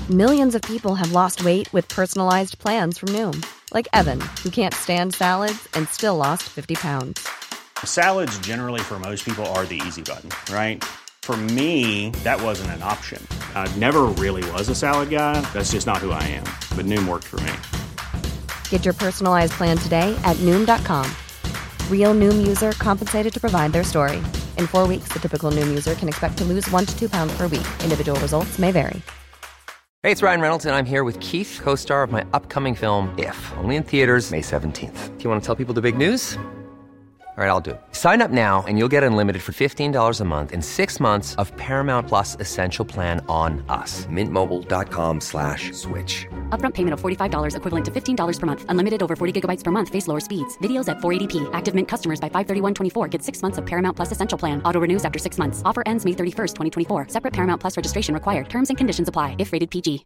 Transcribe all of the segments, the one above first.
Millions of people have lost weight with personalized plans from Noom. Like Evan, who can't stand salads and still lost 50 pounds. Salads generally for most people are the easy button, right? For me, that wasn't an option. I never really was a salad guy. That's just not who I am. But Noom worked for me. Get your personalized plan today at Noom.com. Real Noom user compensated to provide their story. In 4 weeks, the typical Noom user can expect to lose 1 to 2 pounds per week. Individual results may vary. Hey, it's Ryan Reynolds, and I'm here with Keith, co-star of my upcoming film, If, only in theaters May 17th. Do you want to tell people the big news? All right, I'll do it. Sign up now and you'll get unlimited for $15 a month and 6 months of Paramount Plus Essential Plan on us. MintMobile.com/switch. Upfront payment of $45 equivalent to $15 per month. Unlimited over 40 gigabytes per month. Face lower speeds. Videos at 480p. Active Mint customers by 531.24 get 6 months of Paramount Plus Essential Plan. Auto renews after 6 months. Offer ends May 31st, 2024. Separate Paramount Plus registration required. Terms and conditions apply if rated PG.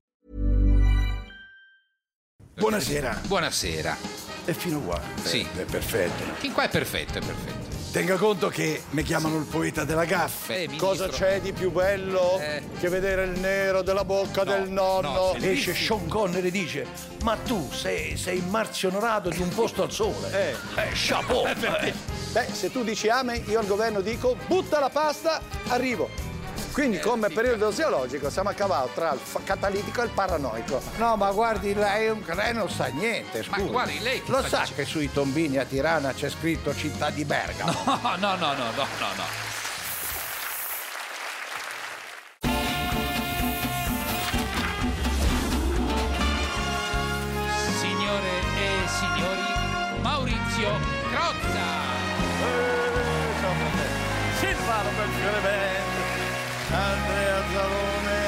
Buonasera. Buonasera. È fino qua. Sì. È perfetto. Fin qua è perfetto, è perfetto. Tenga conto che mi chiamano il poeta della gaffa. Cosa c'è di più bello che vedere il nero della bocca del nonno? Esce Sean Connery e dice: ma tu sei Marzio Onorato di Un posto al sole. Chapeau. Beh, se tu dici amen, io al governo dico butta la pasta, arrivo. Quindi come periodo geologico siamo a cavallo tra il catalitico e il paranoico. No, ma guardi, lei non sa niente, scusa. Ma guardi, lei che lo sta sa dicendo? che sui tombini a Tirana c'è scritto città di Bergamo? No. Signore e signori, Maurizio Crozza. Silvano Belfiore, Andrea Zalone,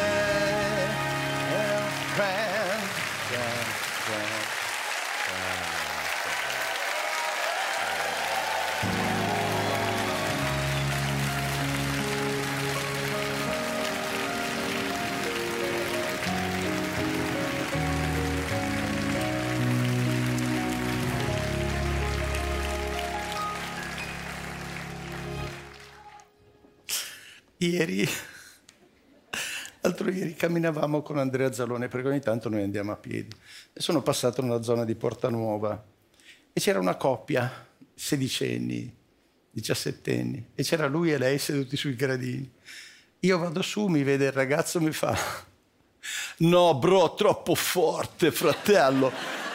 L'altro ieri camminavamo con Andrea Zalone, perché ogni tanto noi andiamo a piedi, e sono passato nella zona di Porta Nuova e c'era una coppia, 16enni, 17enni, e c'era lui e lei seduti sui gradini. Io vado su, mi vede il ragazzo, mi fa: no bro, troppo forte fratello.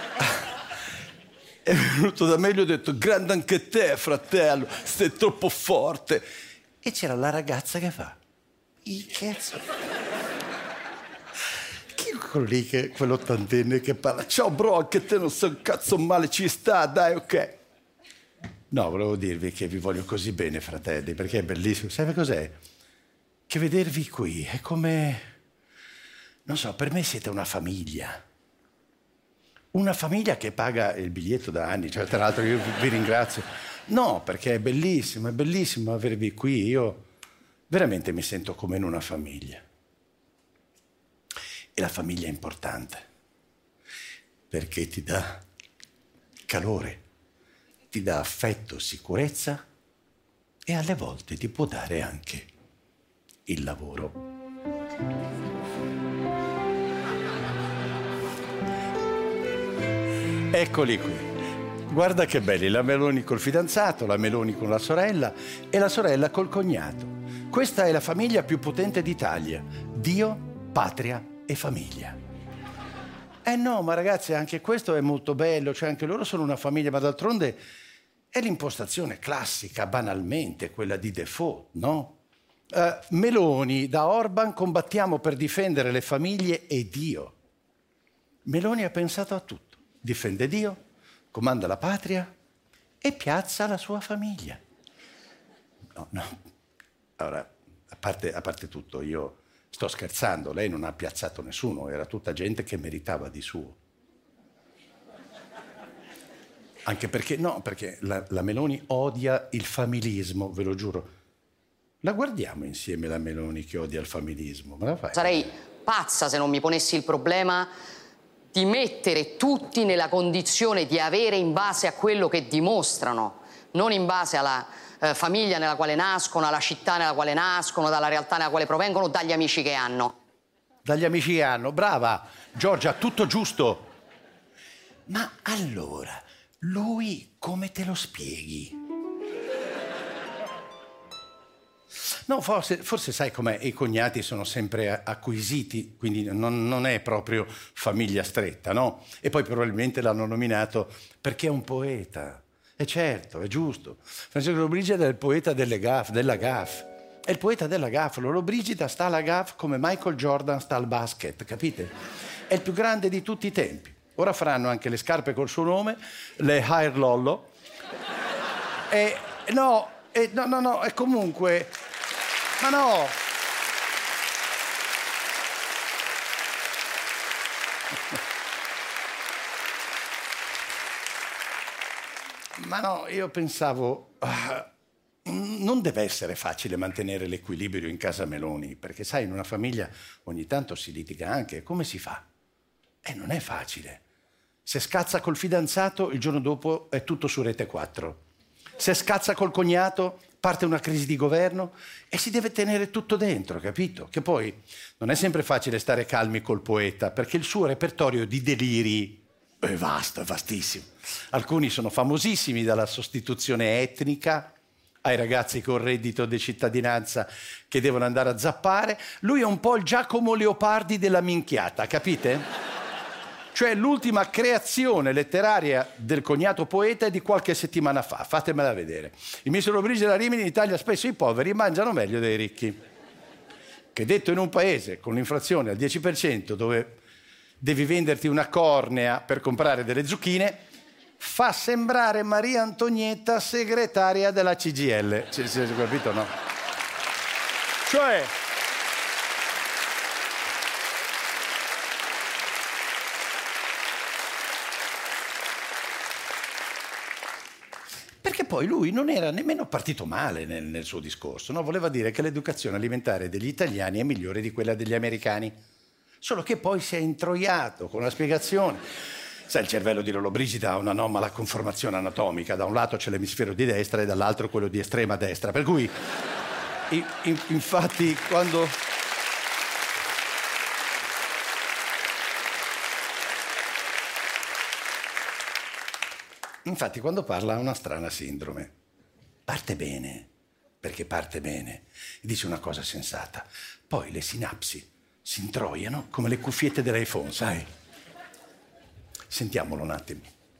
È venuto da me e gli ho detto: grande anche te fratello, sei troppo forte. E c'era la ragazza che fa: i cazzo. Chi è quello lì, quell'ottantenne che parla: ciao bro, anche te non sei un cazzo male, ci sta, dai, ok. No, volevo dirvi che vi voglio così bene, fratelli, perché è bellissimo. Sai cos'è? Che vedervi qui è come, non so, per me siete una famiglia. Una famiglia che paga il biglietto da anni, cioè tra l'altro io vi ringrazio. No, perché è bellissimo avervi qui. Io veramente mi sento come in una famiglia. E la famiglia è importante, perché ti dà calore, ti dà affetto, sicurezza e alle volte ti può dare anche il lavoro. Eccoli qui. Guarda che belli, la Meloni col fidanzato, la Meloni con la sorella e la sorella col cognato. Questa è la famiglia più potente d'Italia. Dio, patria e famiglia. No, ma ragazzi, anche questo è molto bello, cioè anche loro sono una famiglia, ma d'altronde è l'impostazione classica, banalmente, quella di default, no? Meloni, da Orban combattiamo per difendere le famiglie e Dio. Meloni ha pensato a tutto. Difende Dio, comanda la patria e piazza la sua famiglia. No. Allora, a parte tutto, io sto scherzando. Lei non ha piazzato nessuno, era tutta gente che meritava di suo. Anche perché, perché la Meloni odia il familismo, ve lo giuro. La guardiamo insieme, la Meloni che odia il familismo. Me la fai? Sarei pazza se non mi ponessi il problema di mettere tutti nella condizione di avere in base a quello che dimostrano, non in base alla famiglia nella quale nascono, alla città nella quale nascono, dalla realtà nella quale provengono, dagli amici che hanno. dagli amici che hanno. Brava, Giorgia, tutto giusto. Ma allora, lui come te lo spieghi? No, forse sai com'è, i cognati sono sempre acquisiti, quindi non è proprio famiglia stretta, no? E poi probabilmente l'hanno nominato perché è un poeta. E certo, è giusto. Francesco Lollobrigida è il poeta della gaff. È il poeta della gaff. Lollobrigida sta alla gaff come Michael Jordan sta al basket, capite? È il più grande di tutti i tempi. Ora faranno anche le scarpe col suo nome, le Air Lollo. No, e comunque... Ma no! Ma no, io pensavo... non deve essere facile mantenere l'equilibrio in casa Meloni, perché sai, in una famiglia ogni tanto si litiga anche. Come si fa? Non è facile. Se scazza col fidanzato, il giorno dopo è tutto su Rete 4. Se scazza col cognato, parte una crisi di governo e si deve tenere tutto dentro, capito? Che poi non è sempre facile stare calmi col poeta, perché il suo repertorio di deliri è vasto, è vastissimo. Alcuni sono famosissimi, dalla sostituzione etnica ai ragazzi con reddito di cittadinanza che devono andare a zappare. Lui è un po' il Giacomo Leopardi della minchiata, capite? Cioè l'ultima creazione letteraria del cognato poeta è di qualche settimana fa, fatemela vedere. Il ministro Lollobrigida Rimini: in Italia spesso i poveri mangiano meglio dei ricchi. Che detto in un paese con l'inflazione al 10%, dove devi venderti una cornea per comprare delle zucchine, fa sembrare Maria Antonietta segretaria della CGIL. Ci hai capito, no? Cioè... Perché poi lui non era nemmeno partito male nel suo discorso, no? Voleva dire che l'educazione alimentare degli italiani è migliore di quella degli americani. Solo che poi si è introiato con la spiegazione. Sai, il cervello di Lollobrigida ha un'anomala conformazione anatomica. Da un lato c'è l'emisfero di destra e dall'altro quello di estrema destra. Per cui, infatti, quando... Infatti, quando parla ha una strana sindrome. Parte bene, perché parte bene, e dice una cosa sensata. Poi le sinapsi si introiano come le cuffiette dell'iPhone, sai? Sentiamolo un attimo.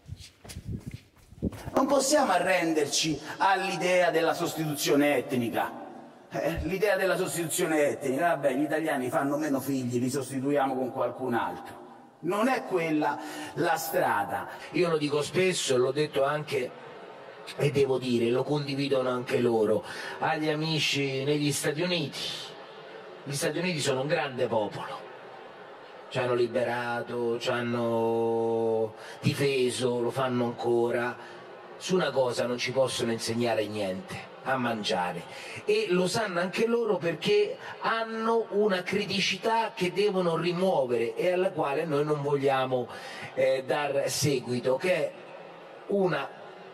Non possiamo arrenderci all'idea della sostituzione etnica. L'idea della sostituzione etnica, vabbè, gli italiani fanno meno figli, li sostituiamo con qualcun altro. Non è quella la strada. Io lo dico spesso, l'ho detto anche, e devo dire, lo condividono anche loro, agli amici negli Stati Uniti. Gli Stati Uniti sono un grande popolo. Ci hanno liberato, ci hanno difeso, lo fanno ancora. Su una cosa non ci possono insegnare niente: a mangiare, e lo sanno anche loro perché hanno una criticità che devono rimuovere e alla quale noi non vogliamo dar seguito, che è un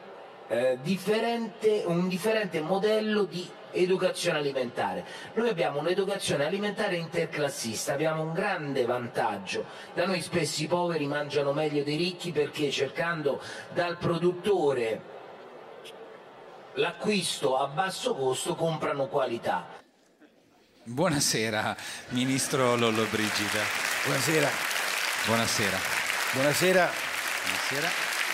differente modello di educazione alimentare. Noi abbiamo un'educazione alimentare interclassista, abbiamo un grande vantaggio. Da noi spesso i poveri mangiano meglio dei ricchi perché, cercando dal produttore l'acquisto a basso costo, comprano qualità. Buonasera, ministro Lollobrigida. Buonasera. Buonasera. Buonasera. Buonasera.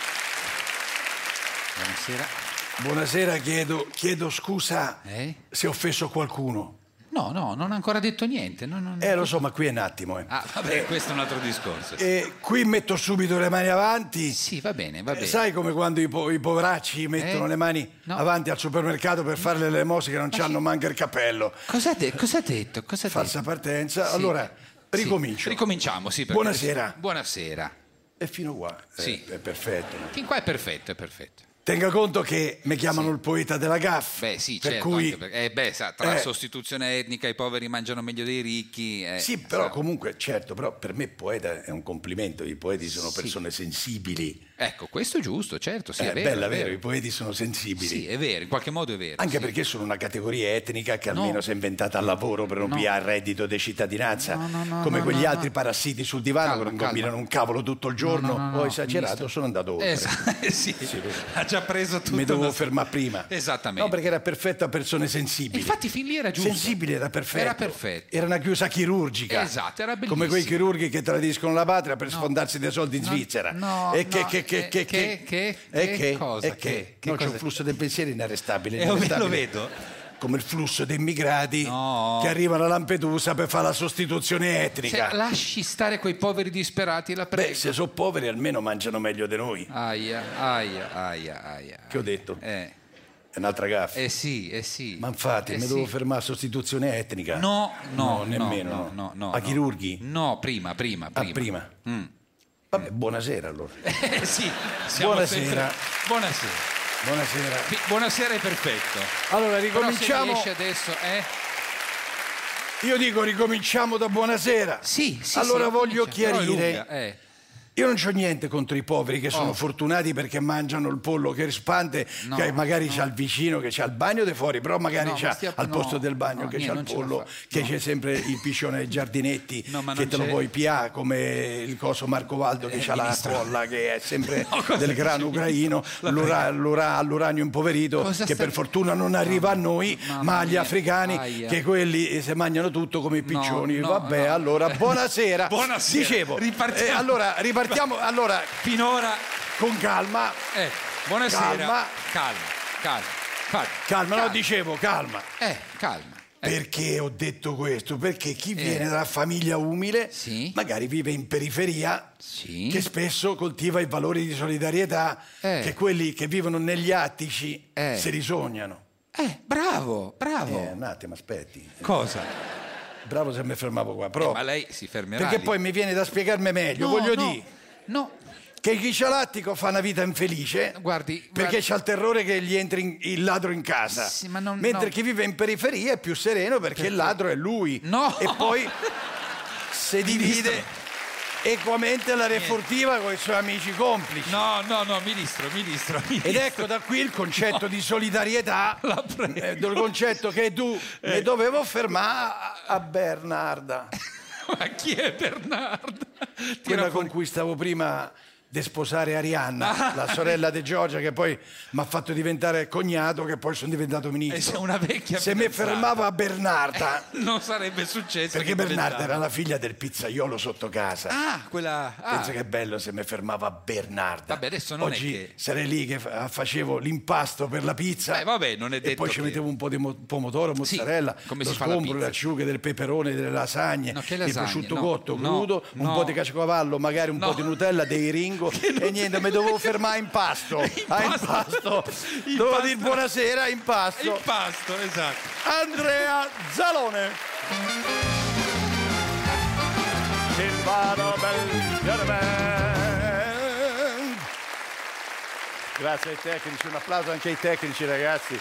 Buonasera. Buonasera, chiedo scusa se ho offesso qualcuno. No, non ha ancora detto niente. Lo so, ma qui è un attimo. Ah, vabbè, questo è un altro discorso. Qui metto subito le mani avanti. Sì, va bene, va bene. Sai come quando i poveracci mettono le mani avanti al supermercato per fare le elemosine che non c'hanno manca il cappello. Cosa ha detto? Falsa partenza. Sì. Allora, ricomincio. Sì, ricominciamo, sì. Buonasera. Buonasera. E fino qua sì. È perfetto. Fin qua è perfetto, è perfetto. Tenga conto che mi chiamano il poeta della gaff. Beh, sì, per certo. Cui, tra la sostituzione etnica, i poveri mangiano meglio dei ricchi. Sì, però comunque, certo, però per me poeta è un complimento. I poeti sono persone sensibili. Ecco, questo è giusto, certo, sì, è bella, vero. vero, i poeti sono sensibili. Sì, è vero, in qualche modo è vero. Anche sì. perché sono una categoria etnica che almeno si è inventata al lavoro per non pigliare il reddito di cittadinanza, come quegli altri parassiti sul divano che non combinano un cavolo tutto il giorno. Ho esagerato, sono andato oltre. Sì, ha già preso tutto. Mi dovevo fermare prima. Esattamente. No, perché era perfetto a persone sensibili. Infatti fin lì era giusto. Sensibile era perfetto. Era perfetto. Era una chiusa chirurgica. Esatto, era bellissimo. Come quei chirurghi che tradiscono la patria per sfondarsi dei soldi in Svizzera. C'è un flusso dei pensieri inarrestabile. Lo vedo. Come il flusso di immigrati che arrivano a Lampedusa per fare la sostituzione etnica. Lasci stare quei poveri disperati, la prego. Beh, se sono poveri almeno mangiano meglio di noi. Aia. Che ho detto? È un'altra gaffa. Sì. Ma infatti, mi devo fermare a sostituzione etnica. No, nemmeno. No. A chirurghi? No, prima. Prima. Vabbè, buonasera allora. Sì, buonasera. Buonasera è perfetto. Allora, ricominciamo. Però se riesce adesso, Io dico ricominciamo da buonasera. Sì. Allora voglio chiarire. Lunga, Io non c'ho niente contro i poveri che sono fortunati perché mangiano il pollo che rispante, che magari c'ha il vicino che c'ha il bagno di fuori, però magari c'ha al posto del bagno che c'ha il pollo, che c'è sempre il piscione ai giardinetti che te lo puoi pià, come il coso Marco Valdo che c'ha la colla che è sempre del grano ucraino, l'uranio impoverito che per fortuna non arriva a noi, ma agli africani che quelli si mangiano tutto come i piccioni. Vabbè, allora buonasera. Dicevo, ripartiamo allora finora con calma. Buonasera. Calma. No, dicevo calma. Calma. Perché ho detto questo? Perché chi viene dalla famiglia umile magari vive in periferia, che spesso coltiva i valori di solidarietà che quelli che vivono negli attici si risognano. Bravo. Un attimo, aspetti. Cosa? Bravo se mi fermavo qua, però. Ma lei si fermerà. Perché lì. poi mi viene da spiegarmi meglio, che chi c'ha l'attico fa una vita infelice, perché c'ha il terrore che gli entri il ladro in casa, mentre chi vive in periferia è più sereno perché il ladro è lui. E poi si divide equamente la refurtiva con i suoi amici complici. No, ministro. Ed ecco da qui il concetto di solidarietà, il concetto che tu mi dovevo fermare a Bernarda. Ma chi è Bernarda? Quella con cui stavo prima di sposare Arianna, la sorella di Giorgia, che poi mi ha fatto diventare cognato, che poi sono diventato ministro. Una vecchia se mi fermavo a Bernarda non sarebbe successo, perché Bernarda era la figlia del pizzaiolo sotto casa. Pensa che bello se mi fermavo a Bernarda. Vabbè, adesso non oggi è che sarei lì che facevo l'impasto per la pizza. Non è detto. E poi ci mettevo un po' di pomodoro, mozzarella, come lo si fa la sgombro, le pizza? acciughe, del peperone, delle lasagne, il prosciutto cotto, crudo, un po' di caciocavallo, magari un po' di Nutella, dei ringo. E niente, mi dovevo fermare in pasto. Dovevo dire buonasera in pasto. Impasto, esatto. Andrea Zalone. Silvano Belgerman. Grazie ai tecnici, un applauso anche ai tecnici, ragazzi.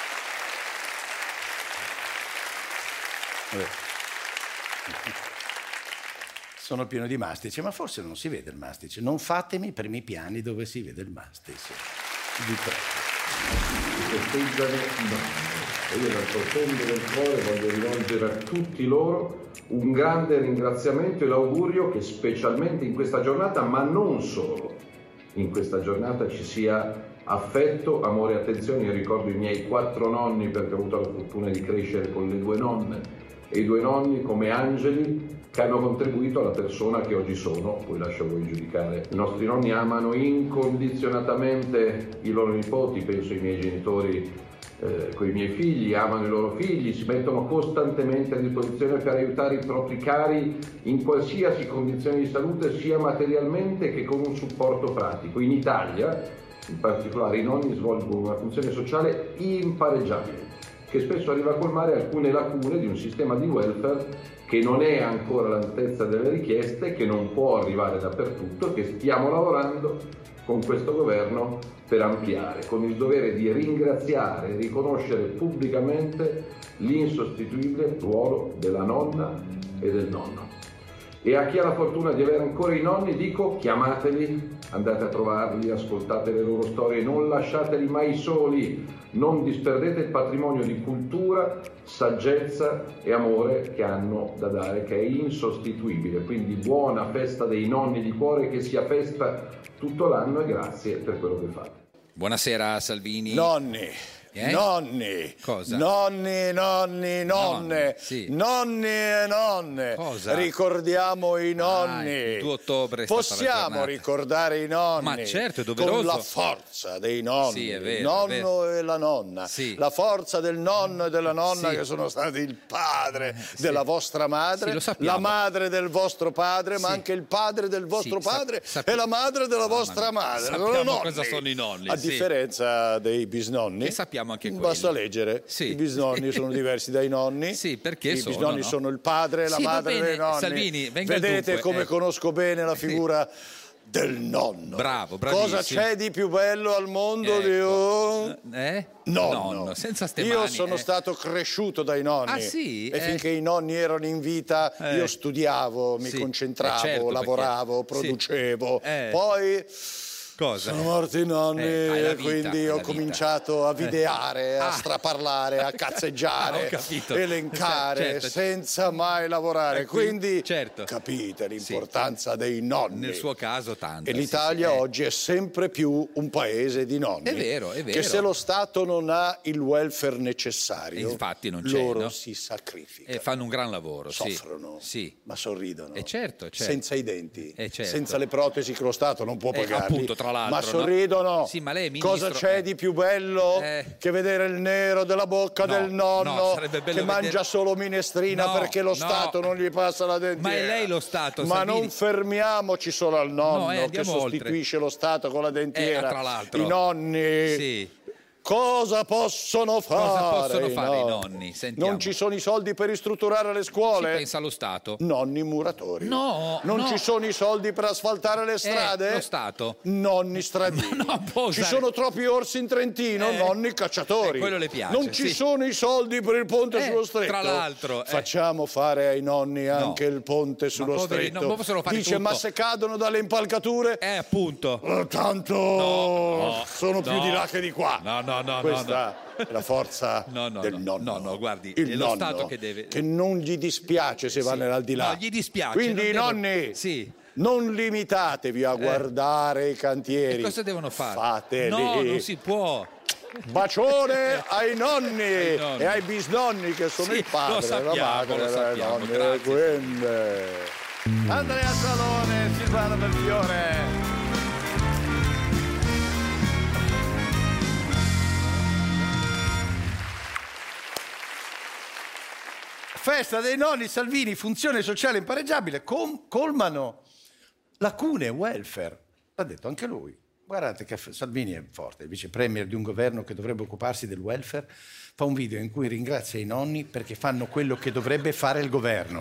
Sono pieno di mastice, ma forse non si vede il mastice. Non fatemi i primi piani dove si vede il mastice. Vi prego. Festeggiano i nonni. E io dal profondo del cuore voglio rivolgere a tutti loro un grande ringraziamento e l'augurio che specialmente in questa giornata, ma non solo, in questa giornata ci sia affetto, amore e attenzione. Io ricordo i miei 4 nonni perché ho avuto la fortuna di crescere con le 2 nonne e i 2 nonni come angeli che hanno contribuito alla persona che oggi sono, poi lascio a voi giudicare. I nostri nonni amano incondizionatamente i loro nipoti, penso ai miei genitori con i miei figli, amano i loro figli, si mettono costantemente a disposizione per aiutare i propri cari in qualsiasi condizione di salute, sia materialmente che con un supporto pratico. In Italia, in particolare, i nonni svolgono una funzione sociale impareggiabile, che spesso arriva a colmare alcune lacune di un sistema di welfare che non è ancora all'altezza delle richieste, che non può arrivare dappertutto, che stiamo lavorando con questo governo per ampliare, con il dovere di ringraziare e riconoscere pubblicamente l'insostituibile ruolo della nonna e del nonno. E a chi ha la fortuna di avere ancora i nonni dico: chiamateli, andate a trovarli, ascoltate le loro storie, non lasciateli mai soli, non disperdete il patrimonio di cultura, saggezza e amore che hanno da dare, che è insostituibile. Quindi buona festa dei nonni di cuore, che sia festa tutto l'anno, e grazie per quello che fate. Buonasera Salvini. Nonni. Nonni, cosa? Nonni, nonne, sì. Nonni e nonne. Cosa? Ricordiamo i nonni. Il 2 ottobre è stata la Possiamo giornata. ricordare i nonni. Ma certo, è doveroso. Con la forza dei nonni. Sì, è vero, il nonno è vero. e la nonna. Sì. La forza del nonno e della nonna, Sì. che sono stati il padre della vostra madre, Sì, lo sappiamo. la madre del vostro padre, ma Sì. anche il padre del vostro Sì, padre e la madre della vostra madre. Sono Sappiamo nonni. cosa sono i nonni. A sì. differenza dei bisnonni, Che sappiamo anche quello. basta leggere. Sì. I bisnonni sono diversi dai nonni. Sì, perché I sono, bisnonni no? sono il padre e la Sì, va madre bene. dei nonni. Salvini, venga al Vedete dunque, come conosco bene la figura del nonno. Bravo, bravissimo. Cosa c'è di più bello al mondo di un nonno? Senza ste Io mani, sono stato cresciuto dai nonni. Ah, sì? E finché i nonni erano in vita io studiavo, mi Sì. concentravo, certo, lavoravo, perché- producevo. Sì. Poi Cosa? sono morti i nonni hai la e vita, quindi hai ho la cominciato a videare, a Ah. straparlare, a cazzeggiare, Ho capito. elencare Certo. senza mai lavorare. Quindi certo. capite l'importanza dei nonni. Nel suo caso tanto. E l'Italia oggi è sempre più un paese di nonni. È vero, è vero. Che se lo Stato non ha il welfare necessario, Infatti non c'è, loro no? si sacrificano. E fanno un gran lavoro. Soffrono, Sì. ma sorridono. Certo. Senza i denti, certo. senza le protesi che lo Stato non può pagarli. Appunto, tra l'altro, ma no? sorridono. Sì, ma lei è ministro, Cosa c'è di più bello che vedere il nero della bocca No, del nonno no, sarebbe bello che mangia vedere- solo minestrina No, perché lo no. Stato non gli passa la dentiera? Ma è lei lo Stato, Ma Salvini. non fermiamoci solo al nonno che andiamo oltre. sostituisce lo Stato con la dentiera. tra l'altro. I nonni. Sì. Cosa possono fare? Cosa possono fare i nonni? Sentiamo. Non ci sono i soldi per ristrutturare le Ci scuole? pensa lo Stato? Nonni muratori. No, Non no. ci sono i soldi per asfaltare le strade? Lo Stato? Nonni stradini. può Ci usare- sono troppi orsi in Trentino? Nonni cacciatori. quello le piace, Non ci sì. sono i soldi per il ponte sullo stretto? tra l'altro, Facciamo fare ai nonni anche il ponte sullo poveri, stretto. non possono fare Dice, tutto. ma se cadono dalle impalcature? Appunto. Tanto sono più no. di là che di qua. No. Questa è la forza del nonno. No, guardi, Il è lo nonno Stato che deve... che non gli dispiace se va nell'aldilà. No, gli dispiace. Quindi non i devo- nonni, Sì. non limitatevi a guardare i cantieri. E cosa devono fare? Fateli. No, non si può. Bacione ai nonni nonni. e ai bisnonni che sono Sì, il padre, lo sappiamo, la madre, lo le sappiamo, nonne. grazie. Quindi Andrea Salone, Silvano Belfiore. Festa dei nonni, Salvini, funzione sociale impareggiabile, colmano lacune welfare. L'ha detto anche lui. Guardate che Salvini è forte, il vice premier di un governo che dovrebbe occuparsi del welfare, fa un video in cui ringrazia i nonni perché fanno quello che dovrebbe fare il governo.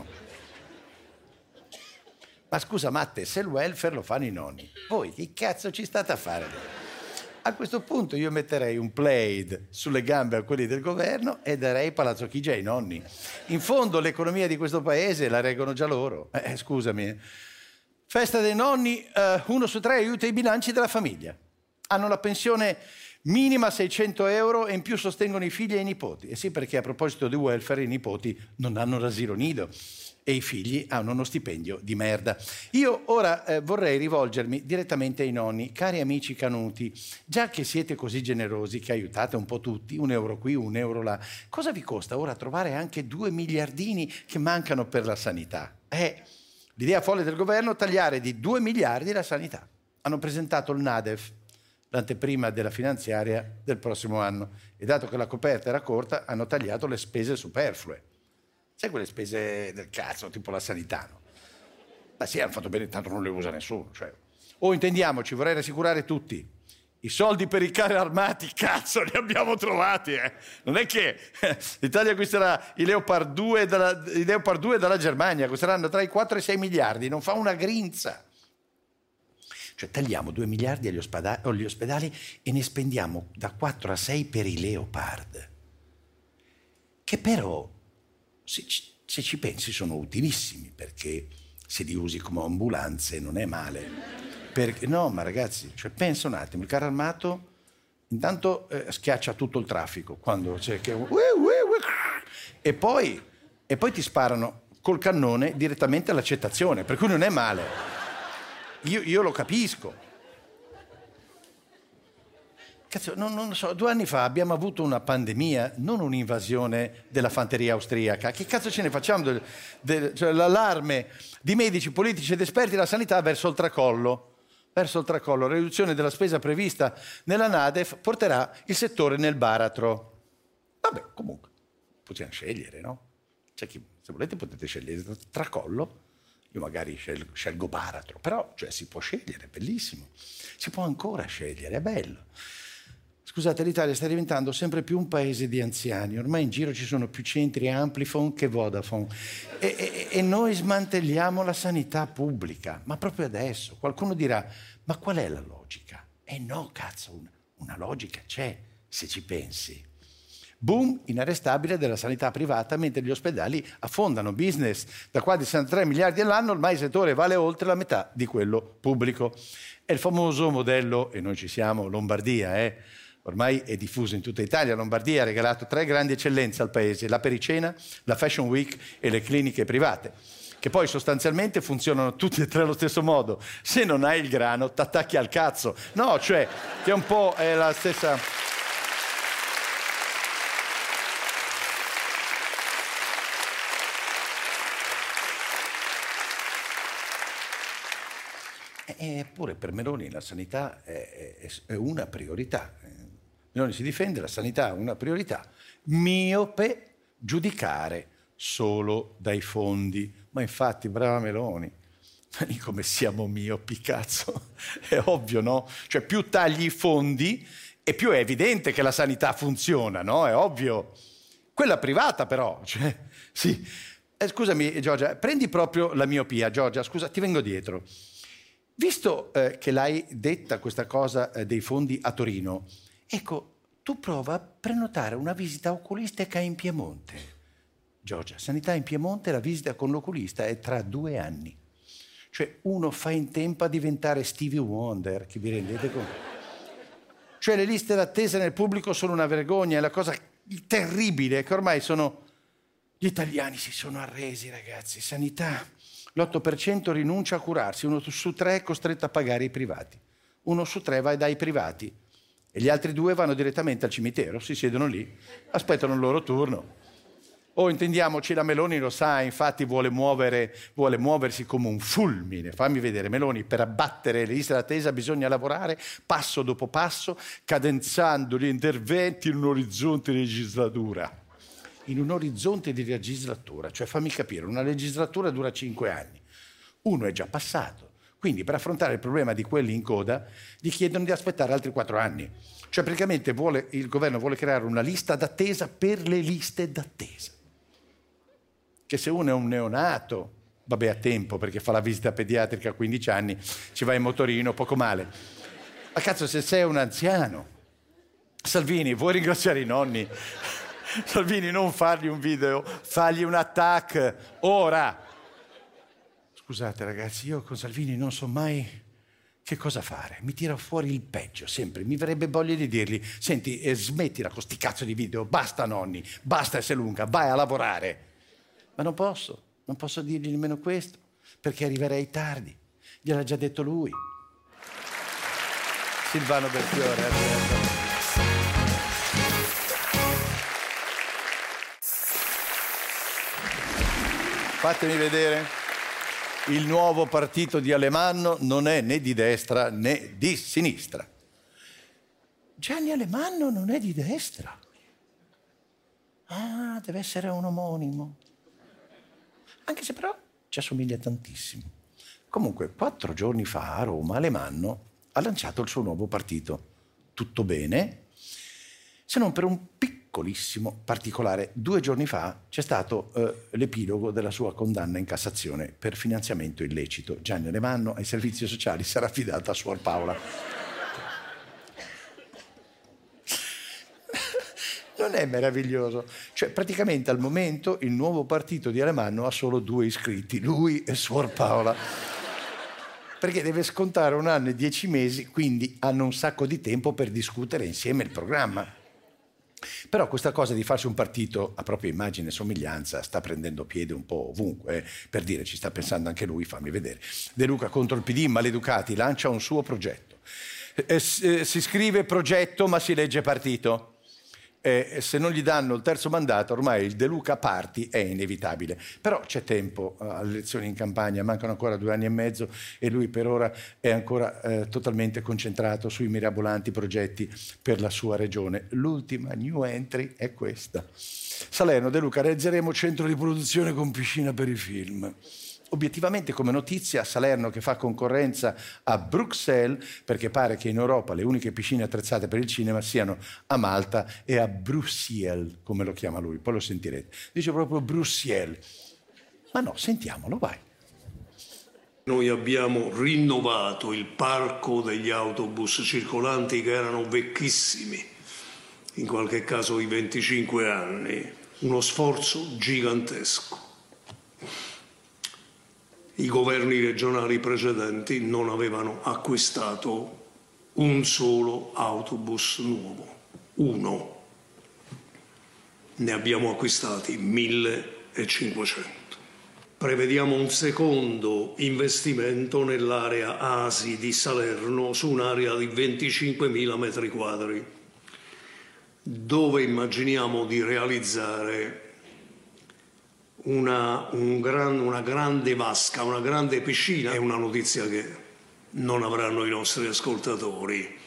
Ma scusa Matte, se il welfare lo fanno i nonni, voi che cazzo ci state a fare? A questo punto io metterei un plaid sulle gambe a quelli del governo e darei Palazzo Chigi ai nonni. In fondo l'economia di questo paese la reggono già loro. Scusami. Festa dei nonni, 1 su 3 aiuta i bilanci della famiglia. Hanno la pensione minima 600 euro e in più sostengono i figli e i nipoti. E sì, perché a proposito di welfare i nipoti non hanno l'asilo nido e i figli hanno uno stipendio di merda. Io ora vorrei rivolgermi direttamente ai nonni. Cari amici canuti, già che siete così generosi che aiutate un po' tutti, 1 euro qui, 1 euro là, cosa vi costa ora trovare anche 2 miliardini che mancano per la sanità? L'idea folle del governo è tagliare di 2 miliardi la sanità. Hanno presentato il NADEF, l'anteprima della finanziaria del prossimo anno, e dato che la coperta era corta hanno tagliato le spese superflue. Sai quelle spese del cazzo, tipo la sanità, no? Ma sì, hanno fatto bene, tanto non le usa nessuno. Intendiamoci, vorrei rassicurare tutti. I soldi per i carri armati, cazzo, li abbiamo trovati, Non è che l'Italia acquisterà i Leopard 2 dalla Germania, costeranno tra i 4 e i 6 miliardi, non fa una grinza. Cioè tagliamo 2 miliardi agli ospedali e ne spendiamo da 4 a 6 per i Leopard. Che però, se ci pensi, sono utilissimi, perché se li usi come ambulanze non è male. No, ma ragazzi, cioè, pensa un attimo, il carro armato intanto schiaccia tutto il traffico, quando c'è che... E poi ti sparano col cannone direttamente all'accettazione, per cui non è male. Io lo capisco. Cazzo, non lo so, 2 anni fa abbiamo avuto una pandemia, non un'invasione della fanteria austriaca. Che cazzo ce ne facciamo? Cioè, l'allarme di medici, politici ed esperti della sanità verso il tracollo. Verso il tracollo, la riduzione della spesa prevista nella NADEF porterà il settore nel baratro. Vabbè, comunque, possiamo scegliere, no? Cioè, se volete potete scegliere tracollo, io magari scelgo baratro, però cioè, si può scegliere, è bellissimo. Si può ancora scegliere, è bello. Scusate, l'Italia sta diventando sempre più un paese di anziani, ormai in giro ci sono più centri Amplifon che Vodafone e noi smantelliamo la sanità pubblica, ma proprio adesso. Qualcuno dirà, ma qual è la logica? No, cazzo, una logica c'è, se ci pensi. Boom inarrestabile della sanità privata mentre gli ospedali affondano, business da quasi 63 miliardi all'anno, ormai il settore vale oltre la metà di quello pubblico. È il famoso modello, e noi ci siamo, Lombardia, ormai è diffuso in tutta Italia. Lombardia ha regalato 3 grandi eccellenze al paese: la Pericena, la Fashion Week e le cliniche private, che poi sostanzialmente funzionano tutti e 3 allo stesso modo. Se non hai il grano, t'attacchi al cazzo. No, cioè, che un po' è la stessa... Eppure per Meloni la sanità è una priorità. Meloni si difende, la sanità è una priorità. Miope giudicare solo dai fondi. Ma infatti, brava Meloni, come siamo miopi, cazzo. È ovvio, no? Cioè, più tagli i fondi e più è evidente che la sanità funziona, no? È ovvio. Quella privata però, cioè, sì. Scusami, Giorgia, prendi proprio la miopia. Giorgia, scusa, ti vengo dietro. Visto che l'hai detta questa cosa dei fondi a Torino, ecco, tu prova a prenotare una visita oculistica in Piemonte. Giorgia, sanità in Piemonte, la visita con l'oculista è tra 2 anni. Cioè, uno fa in tempo a diventare Stevie Wonder, che vi rendete conto? Cioè, le liste d'attesa nel pubblico sono una vergogna, e la cosa terribile è che ormai gli italiani si sono arresi, ragazzi. Sanità... L'8% rinuncia a curarsi, 1 su 3 è costretto a pagare i privati. 1 su 3 va dai privati e gli altri 2 vanno direttamente al cimitero, si siedono lì, aspettano il loro turno. Intendiamoci, la Meloni lo sa, infatti vuole muoversi come un fulmine. Fammi vedere, Meloni, per abbattere le liste d'attesa bisogna lavorare passo dopo passo, cadenzando gli interventi in un orizzonte di legislatura. In un orizzonte di legislatura, cioè fammi capire, una legislatura dura 5 anni, 1 è già passato, quindi per affrontare il problema di quelli in coda gli chiedono di aspettare altri 4 anni, cioè praticamente il governo vuole creare una lista d'attesa per le liste d'attesa, che se uno è un neonato, vabbè, a tempo perché fa la visita pediatrica a 15 anni, ci va in motorino, poco male, ma cazzo, se sei un anziano, Salvini, vuoi ringraziare i nonni? Salvini, non fargli un video, fagli un attack ora. Scusate ragazzi, io con Salvini non so mai che cosa fare, mi tira fuori il peggio sempre, mi verrebbe voglia di dirgli: senti, smettila con sti cazzo di video, basta nonni, basta essere lunga, vai a lavorare. Ma non posso dirgli nemmeno questo, perché arriverei tardi, gliel'ha già detto lui. Silvano Belfiore, fatemi vedere. Il nuovo partito di Alemanno non è né di destra né di sinistra. Gianni Alemanno non è di destra. Ah, deve essere un omonimo. Anche se però ci assomiglia tantissimo. Comunque, 4 giorni fa a Roma Alemanno ha lanciato il suo nuovo partito. Tutto bene, se non per un piccolissimo particolare. 2 giorni fa c'è stato l'epilogo della sua condanna in Cassazione per finanziamento illecito. Gianni Alemanno ai servizi sociali sarà affidato a Suor Paola. non è meraviglioso? Cioè, praticamente al momento il nuovo partito di Alemanno ha solo 2 iscritti, lui e Suor Paola. Perché deve scontare 1 anno e 10 mesi, quindi hanno un sacco di tempo per discutere insieme il programma. Però questa cosa di farsi un partito a propria immagine e somiglianza sta prendendo piede un po' ovunque. Per dire, ci sta pensando anche lui, fammi vedere. De Luca contro il PD, maleducati, lancia un suo progetto. Si scrive progetto ma si legge partito. Se non gli danno il terzo mandato, ormai il De Luca Party è inevitabile. Però c'è tempo alle elezioni in campagna, mancano ancora 2 anni e mezzo e lui per ora è ancora totalmente concentrato sui mirabolanti progetti per la sua regione. L'ultima new entry è questa. Salerno, De Luca, realizzeremo centro di produzione con piscina per i film. Obiettivamente, come notizia, Salerno che fa concorrenza a Bruxelles, perché pare che in Europa le uniche piscine attrezzate per il cinema siano a Malta e a Bruxelles, come lo chiama lui, poi lo sentirete. Dice proprio Bruxelles. Ma no, sentiamolo, vai. Noi abbiamo rinnovato il parco degli autobus circolanti che erano vecchissimi, in qualche caso i 25 anni, uno sforzo gigantesco. I governi regionali precedenti non avevano acquistato un solo autobus nuovo, 1. Ne abbiamo acquistati 1500. Prevediamo un secondo investimento nell'area ASI di Salerno su un'area di 25.000 metri quadri, dove immaginiamo di realizzare una grande vasca, una grande piscina. È una notizia che non avranno i nostri ascoltatori.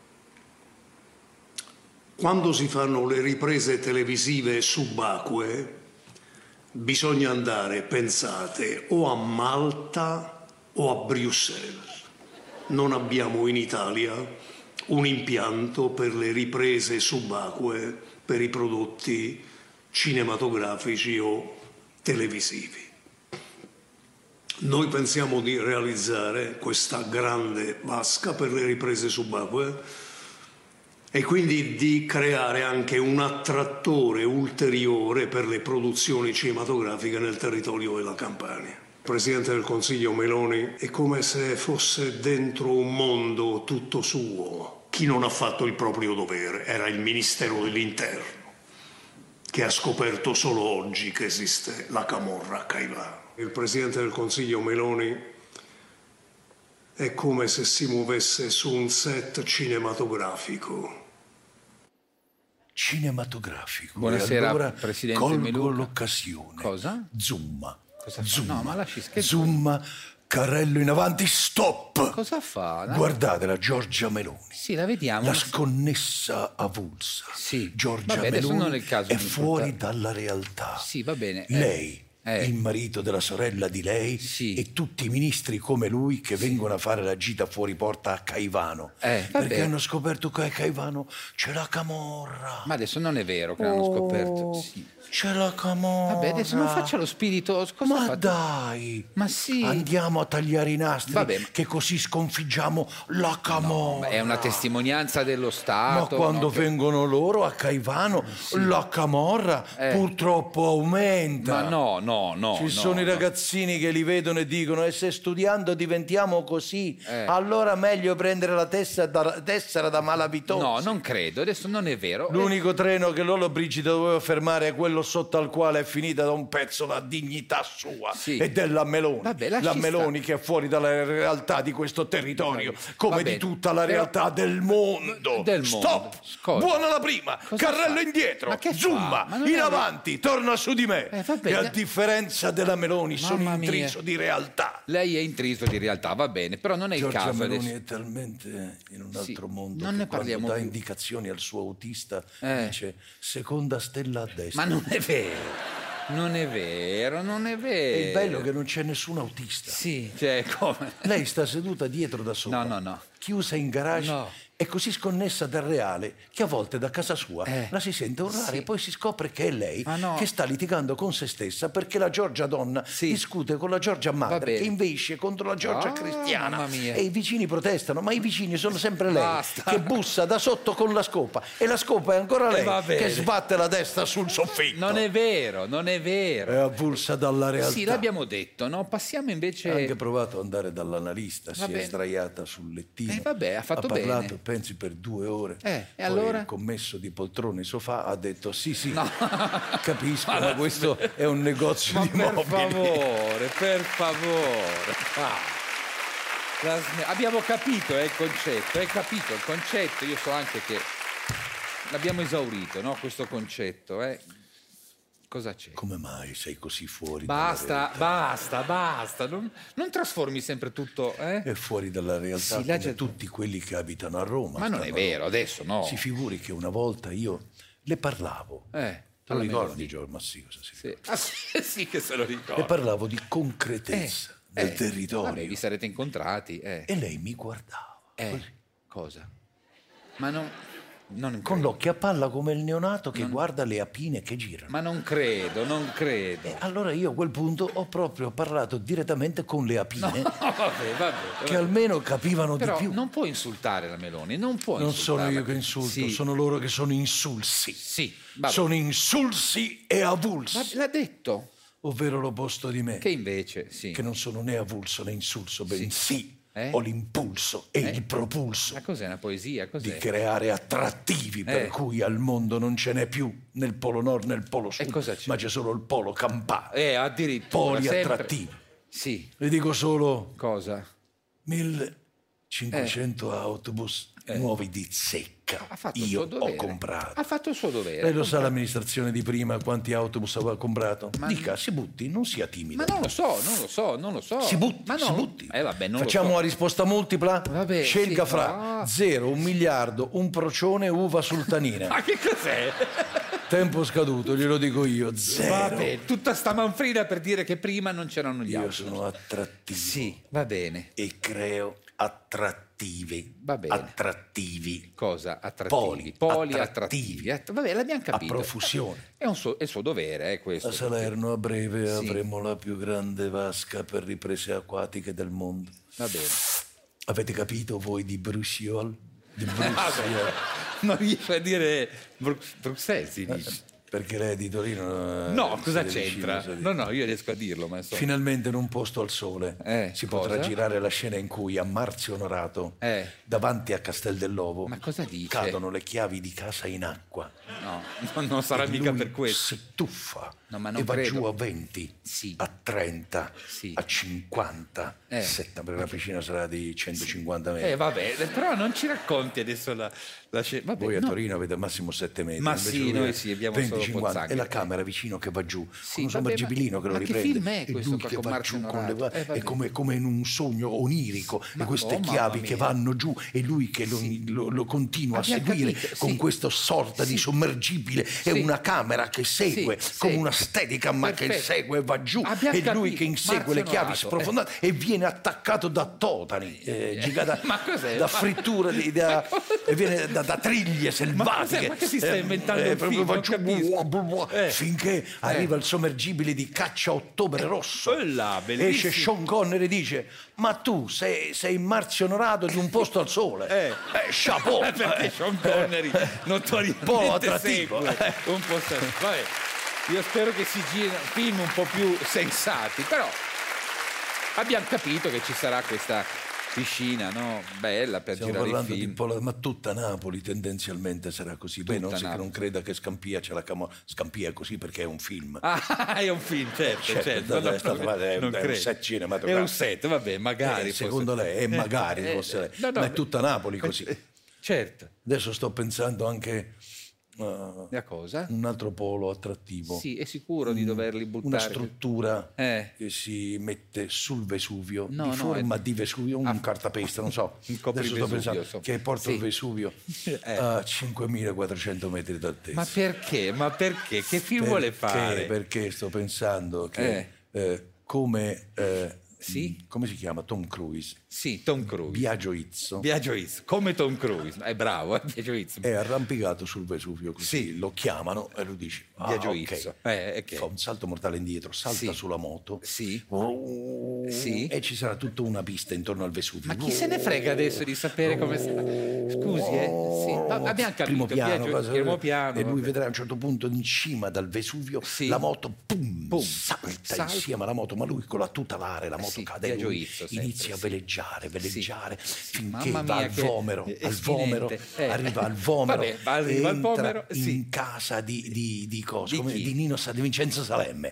Quando si fanno le riprese televisive subacquee bisogna andare, pensate, o a Malta o a Bruxelles. Non abbiamo in Italia un impianto per le riprese subacquee per i prodotti cinematografici o televisivi. Noi pensiamo di realizzare questa grande vasca per le riprese subacquee e quindi di creare anche un attrattore ulteriore per le produzioni cinematografiche nel territorio della Campania. Il Presidente del Consiglio Meloni è come se fosse dentro un mondo tutto suo. Chi non ha fatto il proprio dovere era il Ministero dell'Interno, che ha scoperto solo oggi che esiste la camorra a Caivano. Il Presidente del Consiglio Meloni è come se si muovesse su un set cinematografico. Cinematografico. Buonasera, e allora Presidente colgo Meluca. l'occasione. Cosa? Zoom. Cosa fa? Zoom. No, ma lasci scherzare. Zoom, carrello in avanti, stop! Cosa fa? No. Guardate la Giorgia Meloni. Sì, la vediamo. La sconnessa avulsa. Sì. Giorgia Vabbè, adesso Meloni non è il caso è di fuori portare- dalla realtà. Sì, va bene. Lei, il marito della sorella di lei e tutti i ministri come lui che vengono a fare la gita fuori porta a Caivano. Perché vabbè. hanno scoperto che a Caivano c'è la camorra. Ma adesso non è vero che l'hanno scoperto. Sì. C'è la camorra. Vabbè, adesso non faccia lo spirito. Cosa Ma fa? dai! Ma sì. Andiamo a tagliare i nastri, Vabbè, ma- che così sconfiggiamo la camorra. È una testimonianza dello Ma Stato. quando no? vengono loro a Caivano, la camorra purtroppo aumenta. Ma no. Ci sono i ragazzini che li vedono e dicono: e se studiando diventiamo così, allora meglio prendere la tessera da malavitosi. No, non credo, adesso non è vero. L'unico treno che Lollobrigida doveva fermare è quello sotto al quale è finita da un pezzo la dignità sua e della Meloni. Vabbè, la lasci Meloni che è fuori dalla realtà di questo territorio, come di tutta la realtà del mondo. Stop! Cosa? Buona la prima, carrello fa? indietro, Ma che zoom, fa? Ma non in è- avanti, torna su di me. vabbè, e a differenza della Meloni sono Mamma mia. intriso di realtà. Lei è intriso di realtà, va bene, però non è il Giorgia caso Meloni adesso. è talmente in un altro mondo non che ne parliamo quando dà più. indicazioni al suo autista dice seconda stella a destra. Ma non è vero. Non è vero. È il bello che non c'è nessun autista. Sì, cioè come? Lei sta seduta dietro da sola. No. Chiusa in garage. No. è così sconnessa dal reale che a volte da casa sua la si sente urlare e poi si scopre che è lei che sta litigando con se stessa perché la Giorgia donna discute con la Giorgia madre che invece contro la Giorgia cristiana e i vicini protestano, ma i vicini sono sempre lei che bussa da sotto con la scopa e la scopa è ancora lei che sbatte la testa sul soffitto. Non è vero. È avulsa dalla realtà. Sì, l'abbiamo detto, no? Passiamo invece... Ha anche provato ad andare dall'analista, si è sdraiata sul lettino. Ha fatto bene. Ha parlato, bene. pensi, per 2 ore. E poi allora? Il commesso di poltrone e sofà ha detto sì, capisco, ma questo è un negozio di mobili. Per favore. Abbiamo capito il concetto, io so anche che l'abbiamo esaurito, no? Questo concetto, Cosa c'è? Come mai sei così fuori basta, non trasformi sempre tutto, È fuori dalla realtà come tutti quelli che abitano a Roma. Ma non è vero, adesso no. Si figuri che una volta io le parlavo. Te lo ricordi, Giorgio? Ma sì, cosa si sì che se lo ricordo. Le parlavo di concretezza del territorio. Vabbè, vi sarete incontrati. E lei mi guardava. Così. Cosa? Ma non con l'occhio a palla come il neonato che guarda le apine che girano. Ma non credo. Allora io a quel punto ho proprio parlato direttamente con le apine. Vabbè. Che almeno capivano Però di più. non può insultare la Meloni, non sono io che insulto, sono loro che sono insulsi. Sì, sono insulsi e avulsi. L'ha detto. Ovvero l'opposto di me. Che invece, che non sono né avulso né insulso, bensì ho l'impulso e il propulso. Ma cos'è una poesia? Cos'è? Di creare attrattivi per cui al mondo non ce n'è più nel polo nord né nel polo sud, ma c'è solo il polo campano. Addirittura. Poli attrattivi. Sì. Le dico solo... Cosa? 1500 autobus nuovi di zecca. Io ho comprato. Ha fatto il suo dovere. Lei lo sa l'amministrazione di prima quanti autobus aveva comprato? Dica, si butti, non sia timido. Ma non lo so. Si butti. Vabbè, non Facciamo la risposta multipla? Vabbè, Scelga fra 0, 1 miliardo, un procione, uva sultanina. Ma che cos'è? Tempo scaduto, glielo dico io, 0. Vabbè, tutta sta manfrina per dire che prima non c'erano gli autobus. Io sono attrattivo. Sì, va bene. E creo attrattivi. Va bene. Attrattivi. Cosa? Attrattivi. Poli attrattivi. Vabbè, l'abbiamo capito. A profusione. È il suo dovere, questo. A Salerno a breve avremo la più grande vasca per riprese acquatiche del mondo. Va bene. Avete capito voi di Bruxelles? Di Bruxelles. Non riesco a dire Bruxelles, si dice. Perché lei è di Torino. No, cosa c'entra? No, io riesco a dirlo, ma insomma. Finalmente in un posto al sole si potrà girare la scena in cui a Marzio Onorato, davanti a Castel dell'Ovo, ma cosa dice? Cadono le chiavi di casa in acqua. No, non sarà mica per questo. Si tuffa e va giù a 20, a 30, a 50, 70, perché la piscina sarà di 150 metri. Vabbè, però non ci racconti adesso la scena. Vabbè, voi a Torino avete al massimo 7 metri. Ma sì, noi abbiamo 20, solo 50, e la camera vicino che va giù, con un sommergibilino che lo ma riprende. Che film è questo che va giù con è come in un sogno onirico, e queste chiavi che vanno giù e lui che lo continua a seguire con questo sorta di sommergibile e una camera che segue con una steadicam ma che segue e va giù e lui che insegue le chiavi sprofondate e viene attaccato da totani, da fritture, e viene da triglie selvatiche. Ma che si sta inventando un film? Va giù, finché arriva il sommergibile di caccia Ottobre Rosso. Esce Sean Connery e dice: ma tu sei Marzio Onorato di Un posto al sole. Chapeau. Perché Sean Connery notoriamente segue Un posto al sole. Vabbè, io spero che si girino film un po' più sensati, però abbiamo capito che ci sarà questa piscina, no? Bella per girare i film. Ma tutta Napoli tendenzialmente sarà così. Beh, non, che non creda che Scampia ce la Scampia è così perché è un film. È un film, certo. È un set cinematografico. È un set, vabbè, magari. Secondo lei, è magari fosse lei. Ma è tutta Napoli così. Certo. Adesso sto pensando anche a cosa? Un altro polo attrattivo. Sì, è sicuro di doverli buttare. Una struttura che si mette sul Vesuvio, di forma di Vesuvio, un cartapesta, non so. Adesso sto pensando che porta il Vesuvio a 5.400 metri d'altezza. Ma perché? Che film vuole fare? Perché sto pensando che come Sì? Come si chiama? Tom Cruise. Sì, Tom Cruise. Biagio Izzo. Biagio Izzo, come Tom Cruise. È bravo, Biagio Izzo. È arrampicato sul Vesuvio, così Sì. lo chiamano e lui dice: Biagio ok. Izzo. Fa un salto mortale indietro, salta sulla moto. Sì. Sì. E ci sarà tutta una pista intorno al Vesuvio. Ma chi se ne frega adesso di sapere come sta? Scusi, Sì. Abbiamo capito. Primo piano, Primo piano. e lui vedrà a un certo punto in cima dal Vesuvio la moto salta insieme alla moto, ma lui con la tutelare la moto cade e lui inizia a veleggiare finché Mamma va mia, al che vomero, arriva al vomero, Vabbè, arriva al vomero, in casa di cosa? Di chi? Di Vincenzo Salemme.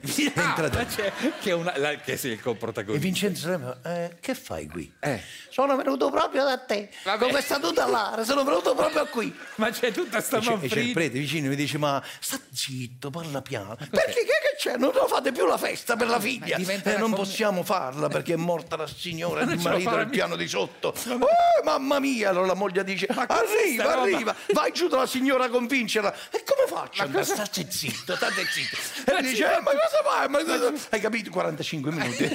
Che sei il coprotagonista. E Vincenzo Salemme, che fai qui? Sono venuto proprio da te, con questa tutelare, sono venuto proprio qui. Ma c'è tutta sta E c'è il manfrina. prete vicino e mi dice: ma sta zitto, parla piano. Perché che c'è? Non lo fate più la festa per la figlia? Non possiamo farla perché è morta la signora, il marito del piano di sotto. Mamma mia! Allora la moglie dice: arriva, vai giù dalla signora a convincerla. E come faccio? State zitto. E lui dice: ma cosa fai? Hai capito? 45 minuti.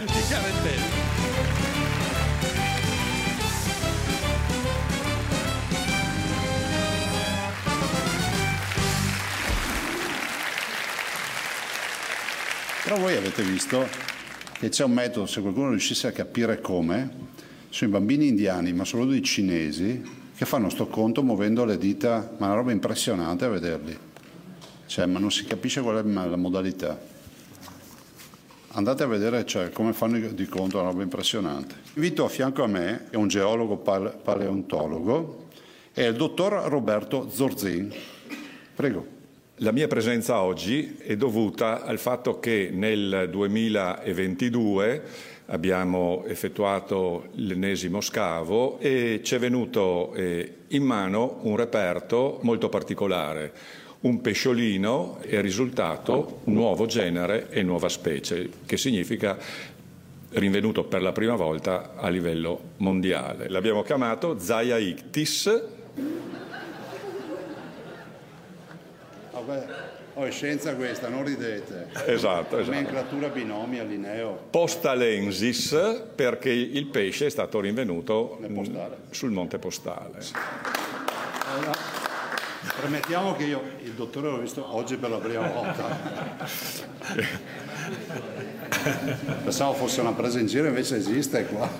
Però voi avete visto che c'è un metodo, se qualcuno riuscisse a capire come, sono i bambini indiani, ma soprattutto i cinesi, che fanno sto conto muovendo le dita, ma è una roba impressionante a vederli. Cioè, ma non si capisce qual è la modalità. Andate a vedere come fanno di conto, è una roba impressionante. Invito a fianco a me, che è un geologo paleontologo, è il dottor Roberto Zorzin. Prego. La mia presenza oggi è dovuta al fatto che nel 2022 abbiamo effettuato l'ennesimo scavo e ci è venuto in mano un reperto molto particolare, un pesciolino e il risultato nuovo genere e nuova specie, che significa rinvenuto per la prima volta a livello mondiale. L'abbiamo chiamato Zaia ictis. È scienza questa, non ridete. Esatto. Nomenclatura binomia, Linneo. Postalensis, perché il pesce è stato rinvenuto sul Monte Postale. Premettiamo che io il dottore l'ho visto oggi per la prima volta. Pensavo fosse una presa in giro, invece esiste qua.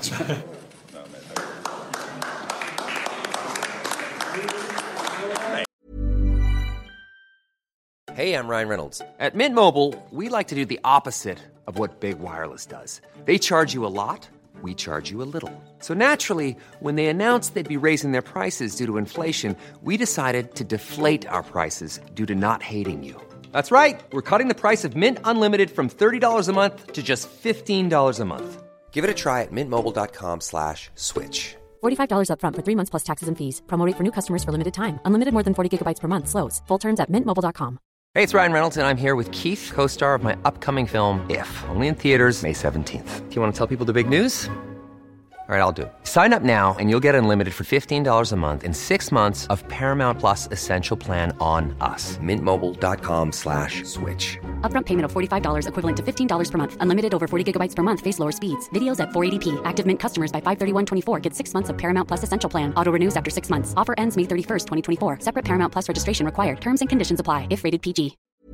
Hey, I'm Ryan Reynolds. At Mint Mobile, we like to do the opposite of what Big Wireless does. They charge you a lot, we charge you a little. So naturally, when they announced they'd be raising their prices due to inflation, we decided to deflate our prices due to not hating you. That's right. We're cutting the price of Mint Unlimited from $30 a month to just $15 a month. Give it a try at mintmobile.com/switch. $45 up front for 3 months plus taxes and fees. Promo rate for new customers for limited time. Unlimited more than 40 gigabytes per month slows. Full terms at mintmobile.com. Hey, it's Ryan Reynolds, and I'm here with Keith, co-star of my upcoming film, If, only in theaters May 17th. Do you want to tell people the big news? All right, I'll do it. Sign up now and you'll get unlimited for $15 a month and 6 months of Paramount Plus Essential Plan on us. mintmobile.com/switch. Upfront payment of $45 equivalent to $15 per month. Unlimited over 40 gigabytes per month. Face lower speeds. Videos at 480p. Active Mint customers by 531.24 get 6 months of Paramount Plus Essential Plan. Auto renews after 6 months. Offer ends May 31st, 2024. Separate Paramount Plus registration required. Terms and conditions apply if rated PG.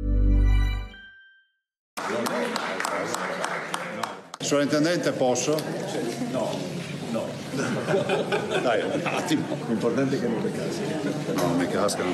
Sovrintendente, posso? No. Dai, un attimo. L'importante è che non le casi. No, mi cascano.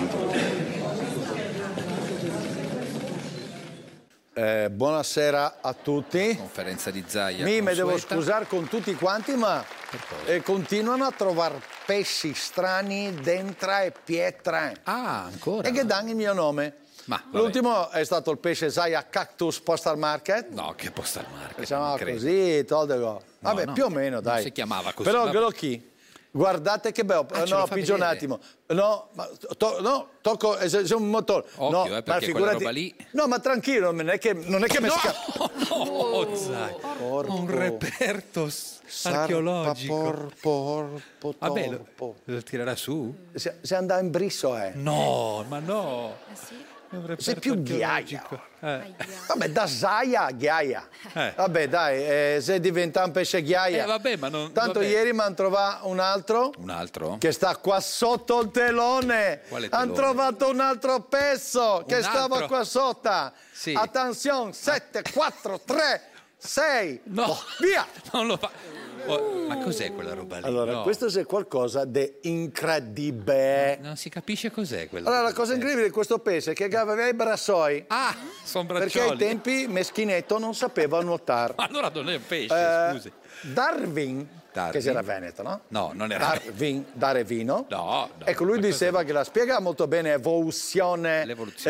Buonasera a tutti. Conferenza di Zaia. Mi devo scusare con tutti quanti, ma continuano a trovare pesci strani dentro e pietre. Ah, ancora? E che danno il mio nome. L'ultimo è stato il pesce Zaia Cactus Postal Market. No, che Postal Market? Si chiamava così, vabbè, più o meno, dai. Non si chiamava così. Però quello chi? Guardate che bello. No, pigio un attimo. No, tocco, è un motore. Occhio, no, perché quella roba lì... No, ma tranquillo, non è che mi scappa. Un reperto archeologico. Vabbè, lo tirerà su? Se andava in brisso, No, ma no. Sì. Sei più ghiaia. Vabbè, da Zaia a ghiaia. Vabbè, dai, se diventa un pesce ghiaia. Vabbè, ma non... Tanto vabbè. ieri mi hanno trovato un altro. Un altro? Che sta qua sotto il telone. Quale telone? Hanno trovato un altro pezzo che Un stava altro? qua sotto. Sì. Attenzione, 7, 4, 3, 6. No. Via! Non lo fa. Oh, ma cos'è quella roba lì? Allora, No. questo è qualcosa di incredibile. Non si capisce cos'è quella Allora, la roba. cosa incredibile di questo pesce è che aveva i brassoi. Ah, sono Perché braccioli. ai tempi Meschinetto non sapeva nuotare. Ma allora non è un pesce, scusi. Darwin, che era veneto, no? No, non era Darwin, dare vino. No. Ecco, lui diceva che la spiega molto bene evoluzione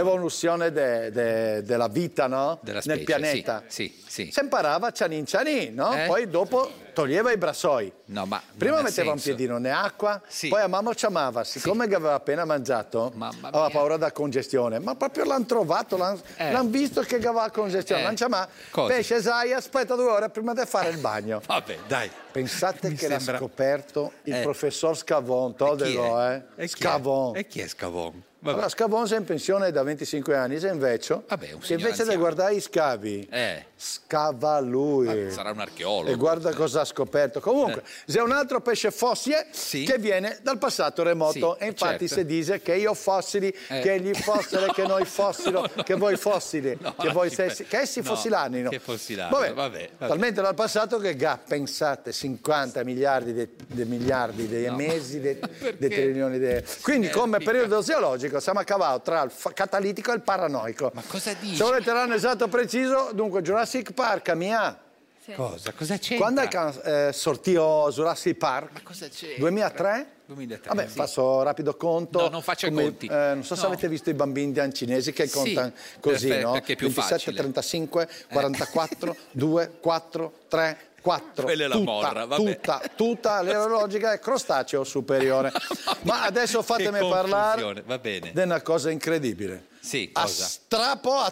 della vita, no? Della specie, nel pianeta. Sì. Si imparava cianin cianin, no? Poi dopo toglieva i brassoi. No, ma Prima non ha metteva un senso. piedino nell'acqua, Sì. poi a mamma chiamava, siccome che aveva appena mangiato, aveva paura da congestione, ma proprio l'hanno trovato, l'hanno visto che aveva congestione, l'hanno chiamato, Cosa? pesce Zaia, aspetta 2 ore prima di fare il bagno. Vabbè, dai. Pensate che l'ha sembra- scoperto il professor Scavon, toglielo, E chi è? Scavon. E chi è Scavon? Allora, Scavon è in pensione da 25 anni, è invece, Vabbè, un che signor invece di anziano. guardare i scavi, scava lui. Sarà un archeologo. E guarda cosa ha scoperto. Comunque, c'è un altro pesce fossile che viene dal passato remoto. Sì, e infatti certo. si dice che io fossili, che gli fossili, che noi fossilo, che voi fossili, che voi stessi, che essi fossilanino. Che fossilano, vabbè. Talmente dal passato che pensate 50 miliardi di mesi, di trilioni di... Quindi come periodo geologico siamo a cavallo tra il catalitico e il paranoico. Ma cosa dici? Se volete l'anno esatto preciso, dunque Jurassic Park, mia. Cosa c'è? Quando è sortito Jurassic Park? Ma cosa c'è? 2003? 2003. Vabbè, sì. faccio rapido conto. No, non faccia conti. Non so se No. avete visto i bambini indiani cinesi che Sì, contano così, perfetto, no? perché è più 27, facile. 35, 44, 2, 4, 3, 4. Quella è la morra, vabbè. Tutta l'eologica è crostaceo superiore. Ma adesso fatemi Che parlare confusione, va bene. di una cosa incredibile. Sì, A cosa? strappo,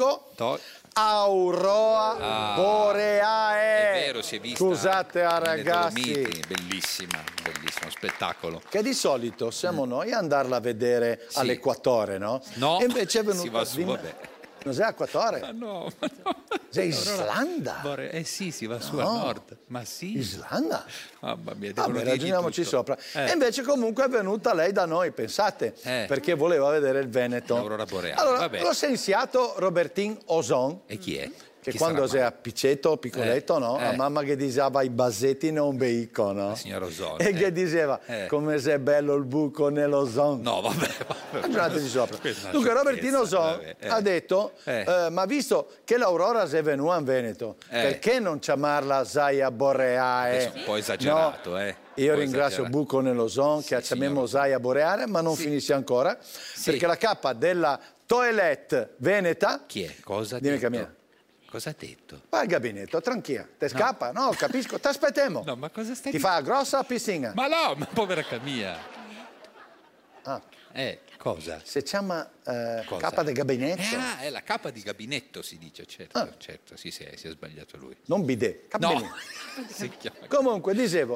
Aurora Boreale. È vero, si è vista. Scusate nelle ragazzi. Dolomiti, bellissimo spettacolo. Che di solito siamo noi a andarla a vedere all'equatore, no? No, E invece è venuto si va su, vabbè. Cos'è Equatore? Ma no. C'è Islanda? Sì, si va su No. a nord. Ma sì. Islanda? Mamma mia, devono Vabbè, dirgli ragioniamoci tutto. sopra. E invece comunque è venuta lei da noi, pensate, perché voleva vedere il Veneto. L'Aurora Boreale, Allora, vabbè. lo scienziato Robertin Ozon, E chi è? che Chi quando sarà sei a Picetto, piccoletto, no? La mamma che diceva i basetti non beico, no? signor Ozon. E che diceva, come se è bello il buco nell'ozon. No, vabbè. Ragionateci sopra. Questa è una Dunque sciocchezza, Robertino Ozon vabbè, ha detto, ma visto che l'Aurora si è venuta in Veneto, perché non chiamarla Zaia Boreale? Adesso un po' esagerato, No. Un Io po' ringrazio esagerato. Buco nell'Ozon che chiamiamo Zaia Boreale, ma non finisce ancora, perché la cappa della Toilette Veneta... Chi è? Cosa ha Dimmi detto? Camilla. Cosa ha detto? Va al gabinetto, tranquilla. Te scappa? No, capisco. Ti aspettiamo. No, ma cosa stai Ti fa grossa piscina. Ma no, ma povera Camilla. Ah. Cosa? Se chiama Cosa? capa del gabinetto. È la capa di gabinetto, si dice, certo, certo, si è sbagliato lui. Non bidet. No, si chiama... Comunque, dicevo,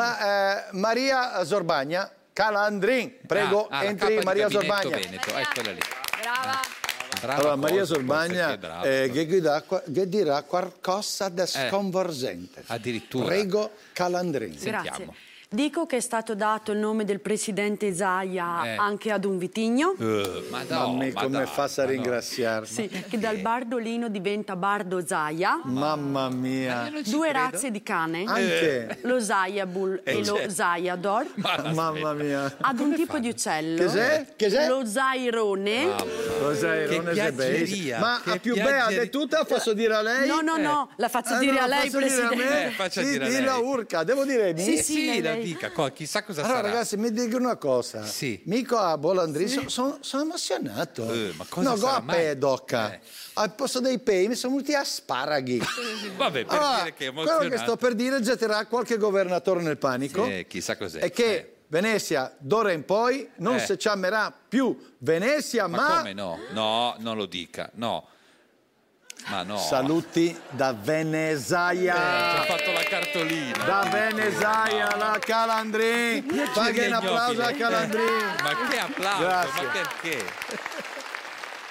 Maria Zorbagna, Calandrin, prego, la entri capa Maria di gabinetto Zorbagna. Veneto, eccola lì. Brava. Brava Allora, Maria cosa, Zorbagna forse, che brava. che dirà qualcosa di sconvolgente. Addirittura. Prego, Calandrin. Grazie. Dico che è stato dato il nome del presidente Zaia anche ad un vitigno. Ma no, Mamma, ma come dai, fassa a ma no. ringraziarmi? Sì, che dal bardolino diventa bardo Zaia. Mamma mia. Due razze di cane. Anche. Lo Zaia Bull e lo certo. Zaia Dor. Mamma mia. Ad un tipo di uccello. Che c'è? Lo Zairone. Lo Zairone Che è bello. piaggeria, Ma che a più piaggeria. bea di tutta posso dire a lei? No, la faccio Ah, dire no, a lei, faccio dire a presidente. me? Faccia Sì, dire a di lei. la urca. Devo dire mi? Sì, la lei. dica, chissà cosa Allora sarà. ragazzi mi dica una cosa. Sì. Mico a Bolandri sono emozionato. Ma cosa no, sarà a mai? pedocca. Al posto dei pei mi sono venuti asparaghi. Vabbè, per Allora, dire che è quello emozionato. che sto per dire getterà qualche governatore nel panico. Chissà cos'è. È che Venezia d'ora in poi non si chiamerà più Venezia, Ma come no? No, non lo dica, no. Ma no. Saluti da Venesaia. Ci ha fatto la cartolina. Da Venesaia, la Calandrin. Faghi un applauso a Calandrin. Ma che applauso, Grazie. ma perché?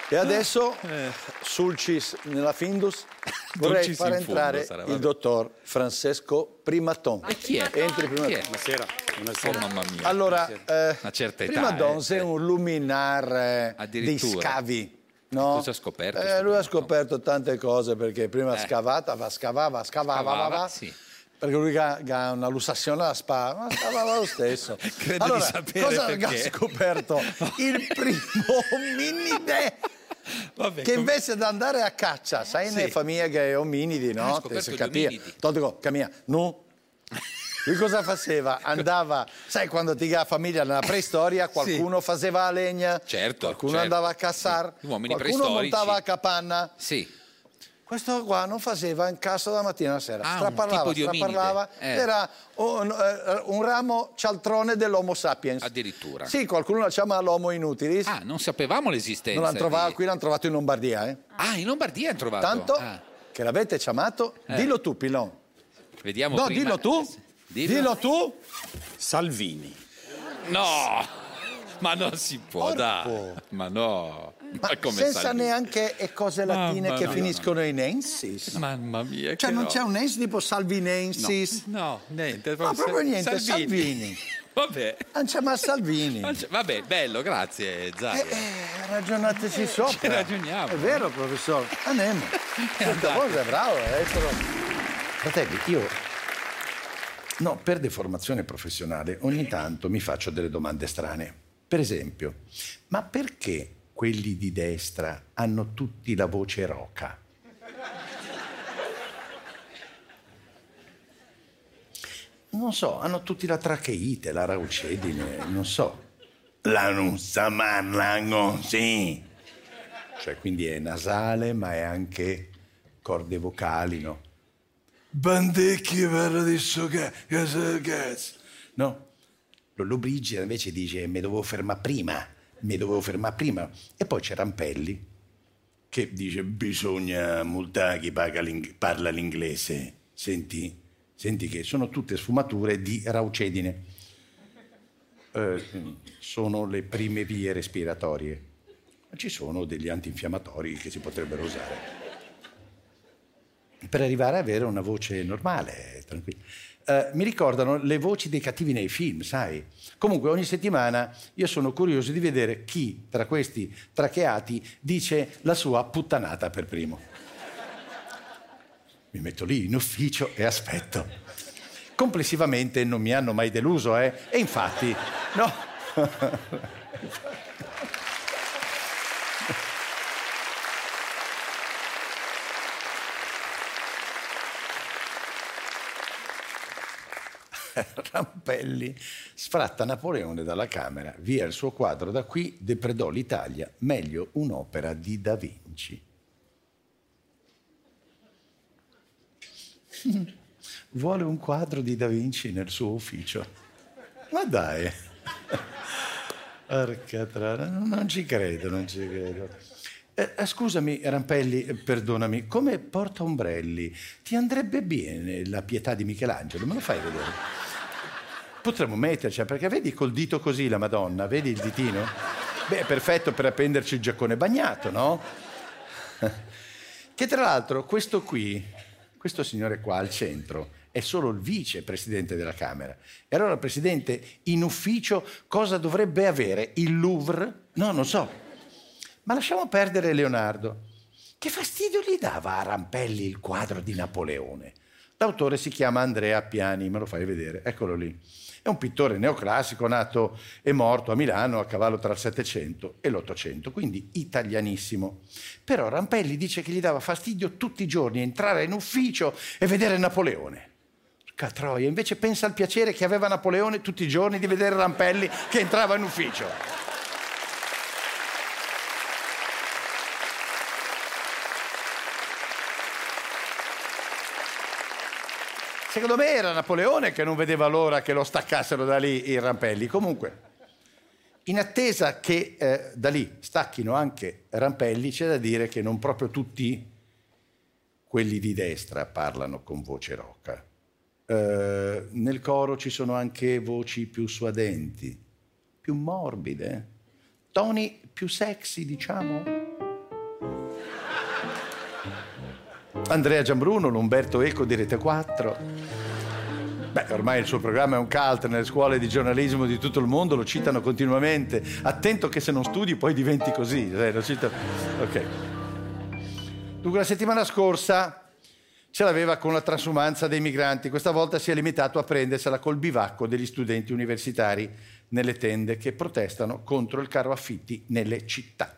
E adesso, Sulcis nella Findus, vorrei Dulcis far in fondo, entrare sarà, il vabbè. dottor Francesco Primaton. Ma chi è? Entri Primaton. Chi è? Buonasera. Oh, mamma mia. Allora, una certa età. Primaton è un luminar dei Addirittura. scavi. No? Cosa ha scoperto? Lui ha scoperto tante cose perché prima scavava, sì. perché lui ha una lussazione alla spalla, ma scavava lo stesso. Credo allora, di sapere cosa perché. ha scoperto? Il primo ominide Vabbè, che invece di andare a caccia, sai, Sì. nelle famiglie che ominidi, Ha no? scoperto Si gli capire. ominidi. Tolgo, cammina, no. Lui cosa faceva? Andava, sai, quando ti la famiglia nella preistoria, qualcuno faceva la legna, Certo, qualcuno certo. andava a cassare, Gli uomini qualcuno preistorici. montava a capanna. Sì. Questo qua non faceva in casa da mattina alla sera, Ah, un straparlava, tipo di ominide. era un ramo cialtrone dell'Homo sapiens. Addirittura. Sì, qualcuno la chiama l'Homo inutilis. Ah, non sapevamo l'esistenza. Non l'hanno trovato, qui l'hanno trovato in Lombardia. Ah, in Lombardia hanno trovato. Tanto Ah. che l'avete chiamato, dillo tu Pilon. Vediamo No, prima. dillo tu. Dillo tu. Salvini. No, ma non si può, dai. Ma no. Ma come Senza Salvini? neanche cose latine Mamma che mia. finiscono in ensis. Mamma mia. Cioè che non no. c'è un ensis tipo Salvinensis. No, niente. No, proprio niente, Salvini. Vabbè. Non c'è mai Salvini. Vabbè, bello, grazie Zaia. Ragionateci sopra. Ci ragioniamo. È vero, professore. Andiamo. Questa cosa è bravo, però. Fratelli, io per deformazione professionale ogni tanto mi faccio delle domande strane. Per esempio, ma perché quelli di destra hanno tutti la voce roca? Non so, hanno tutti la tracheite, la raucedine, non so. La non sa parlare così. Cioè, quindi è nasale, ma è anche corde vocali, no? Bandecchi per adesso cazzo. No, Lollobrigida invece dice mi dovevo fermare prima. E poi c'è Rampelli che dice bisogna multare chi parla l'inglese. Senti che sono tutte sfumature di raucedine. Sono le prime vie respiratorie. Ma ci sono degli antinfiammatori che si potrebbero usare per arrivare ad avere una voce normale, tranquilla. Mi ricordano le voci dei cattivi nei film, sai? Comunque ogni settimana io sono curioso di vedere chi tra questi tracheati dice la sua puttanata per primo. Mi metto lì in ufficio e aspetto. Complessivamente non mi hanno mai deluso, E infatti, no. Rampelli sfratta Napoleone dalla Camera, via il suo quadro, da qui depredò l'Italia, meglio un'opera di Da Vinci. Vuole un quadro di Da Vinci nel suo ufficio. Ma dai, porca trana, non ci credo. Scusami Rampelli, perdonami, come portaombrelli ti andrebbe bene la Pietà di Michelangelo? Me lo fai vedere? Potremmo metterci, perché vedi col dito così la Madonna, vedi il ditino? Beh, è perfetto per appenderci il giaccone bagnato, no? Che tra l'altro questo signore qua al centro è solo il vicepresidente della Camera. E allora il presidente in ufficio cosa dovrebbe avere? Il Louvre? No, non so. Ma lasciamo perdere Leonardo. Che fastidio gli dava a Rampelli il quadro di Napoleone? L'autore si chiama Andrea Appiani, me lo fai vedere, eccolo lì. È un pittore neoclassico nato e morto a Milano a cavallo tra il Settecento e l'Ottocento, quindi italianissimo. Però Rampelli dice che gli dava fastidio tutti i giorni entrare in ufficio e vedere Napoleone. Catroia, invece pensa al piacere che aveva Napoleone tutti i giorni di vedere Rampelli che entrava in ufficio. Secondo me era Napoleone che non vedeva l'ora che lo staccassero da lì i Rampelli. Comunque, in attesa che da lì stacchino anche Rampelli, c'è da dire che non proprio tutti quelli di destra parlano con voce roca. Nel coro ci sono anche voci più suadenti, più morbide, toni più sexy, diciamo. Andrea Giambruno, l'Umberto Eco di Rete 4. Beh, ormai il suo programma è un cult nelle scuole di giornalismo di tutto il mondo, lo citano continuamente. Attento che se non studi poi diventi così. Lo citano. Ok. Dunque, la settimana scorsa ce l'aveva con la transumanza dei migranti. Questa volta si è limitato a prendersela col bivacco degli studenti universitari nelle tende che protestano contro il caro affitti nelle città.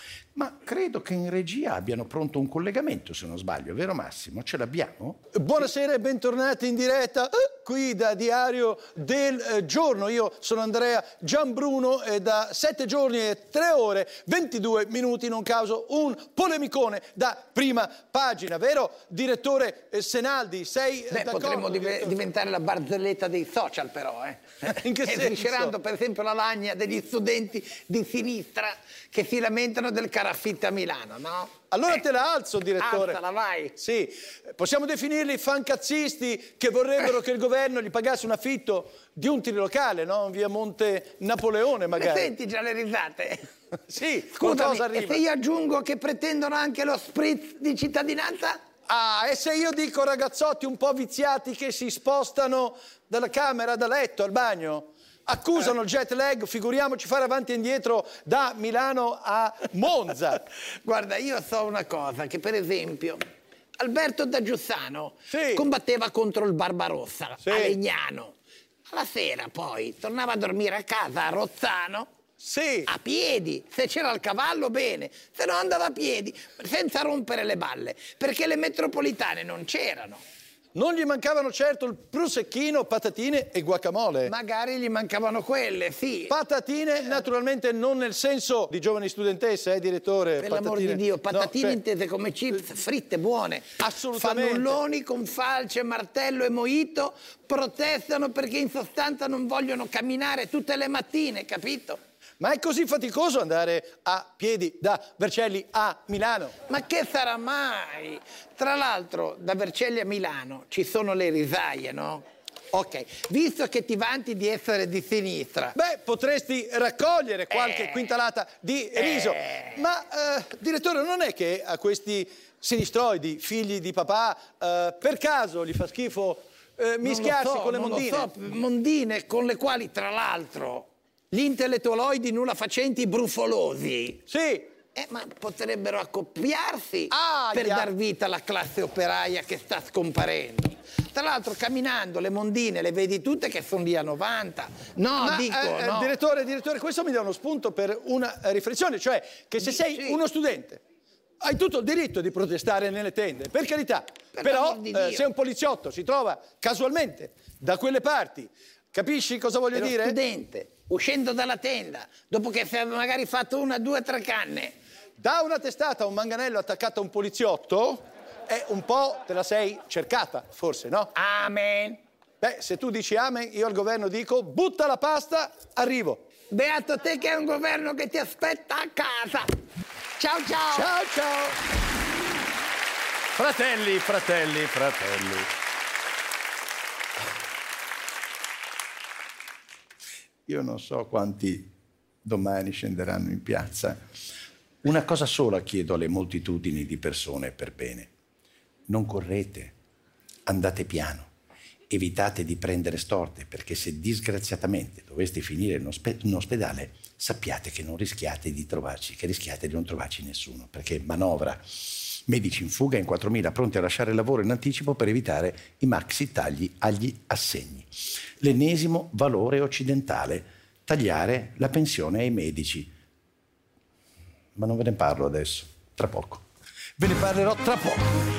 Ma credo che in regia abbiano pronto un collegamento, se non sbaglio, vero Massimo? Ce l'abbiamo? Buonasera e bentornati in diretta qui da Diario del Giorno. Io sono Andrea Giambruno e da 7 giorni e 3 ore 22 minuti non causo un polemicone da prima pagina, vero direttore Senaldi? Sei d'accordo? Potremmo diventare la barzelletta dei social però, In che senso? Sviscerando per esempio la lagna degli studenti di sinistra che si lamentano del caro affitto a Milano, no? Allora te la alzo, direttore. Alzala, vai. Sì, possiamo definirli fancazzisti che vorrebbero che il governo gli pagasse un affitto di un trilocale, no? In via Monte Napoleone, magari. Senti già le risate? Sì, scusami, arriva. E se io aggiungo che pretendono anche lo spritz di cittadinanza? Ah, e se io dico ragazzotti un po' viziati che si spostano dalla camera da letto al bagno? Accusano il jet lag, figuriamoci fare avanti e indietro da Milano a Monza. Guarda, io so una cosa, che per esempio Alberto da Giussano combatteva contro il Barbarossa a Legnano. Alla sera poi tornava a dormire a casa a Rozzano a piedi. Se c'era il cavallo bene, se no andava a piedi senza rompere le balle, perché le metropolitane non c'erano. Non gli mancavano certo il prosecchino, patatine e guacamole. Magari gli mancavano quelle, sì. Patatine, naturalmente non nel senso di giovani studentesse, direttore? Per l'amor di Dio, patatine intese come chips, fritte, buone. Assolutamente. Fannulloni con falce, martello e mojito protestano perché in sostanza non vogliono camminare tutte le mattine, capito? Ma è così faticoso andare a piedi da Vercelli a Milano? Ma che sarà mai? Tra l'altro, da Vercelli a Milano ci sono le risaie, no? Ok, visto che ti vanti di essere di sinistra... Beh, potresti raccogliere qualche quintalata di riso. Ma, direttore, non è che a questi sinistroidi, figli di papà, per caso gli fa schifo mischiarsi con le mondine? Non lo so, mondine con le quali, tra l'altro... Gli intellettualoidi nulla facenti brufolosi. Sì. Ma potrebbero accoppiarsi per dar vita alla classe operaia che sta scomparendo. Tra l'altro camminando le mondine le vedi tutte che sono lì a 90. No. Direttore, questo mi dà uno spunto per una riflessione, cioè che se sei uno studente hai tutto il diritto di protestare nelle tende, per carità, però se un poliziotto si trova casualmente da quelle parti, capisci cosa voglio dire? Studente, uscendo dalla tenda, dopo che si è magari fatto 1, 2, 3 canne. Da una testata a un manganello attaccato a un poliziotto, un po' te la sei cercata, forse, no? Amen. Beh, se tu dici amen, io al governo dico butta la pasta, arrivo. Beato te che è un governo che ti aspetta a casa. Ciao. Ciao. Fratelli. Io non so quanti domani scenderanno in piazza. Una cosa sola chiedo alle moltitudini di persone per bene. Non correte, andate piano, evitate di prendere storte, perché se disgraziatamente doveste finire in ospedale, sappiate che non rischiate di trovarci, che rischiate di non trovarci nessuno, perché manovra, medici in fuga in 4.000 pronti a lasciare il lavoro in anticipo per evitare i maxi tagli agli assegni. L'ennesimo valore occidentale, tagliare la pensione ai medici. Ma non ve ne parlo adesso, tra poco. Ve ne parlerò tra poco.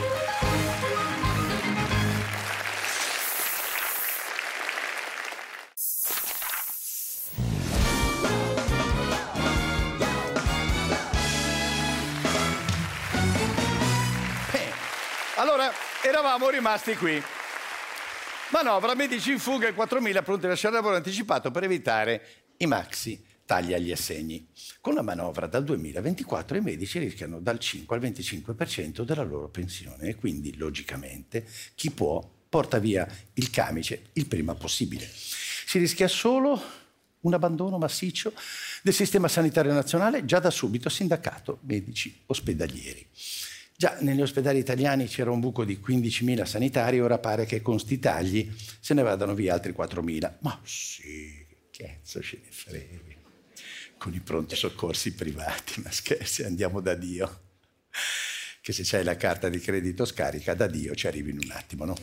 Allora, eravamo rimasti qui. Manovra, medici in fuga e 4.000 pronti a lasciare il lavoro anticipato per evitare i maxi tagli agli assegni. Con la manovra dal 2024 i medici rischiano dal 5 al 25% della loro pensione e quindi, logicamente, chi può porta via il camice il prima possibile. Si rischia solo un abbandono massiccio del sistema sanitario nazionale, già da subito sindacato medici ospedalieri. Già negli ospedali italiani c'era un buco di 15.000 sanitari, ora pare che con sti tagli se ne vadano via altri 4.000. Ma sì, che cazzo ce ne frega. Con i pronti soccorsi privati, ma scherzi, andiamo da Dio. Che se c'hai la carta di credito scarica, da Dio ci arrivi in un attimo, no?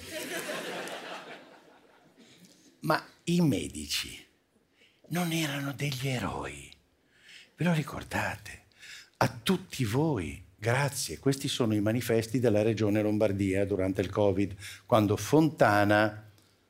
Ma i medici non erano degli eroi. Ve lo ricordate? A tutti voi. Grazie, questi sono i manifesti della Regione Lombardia durante il Covid, quando Fontana,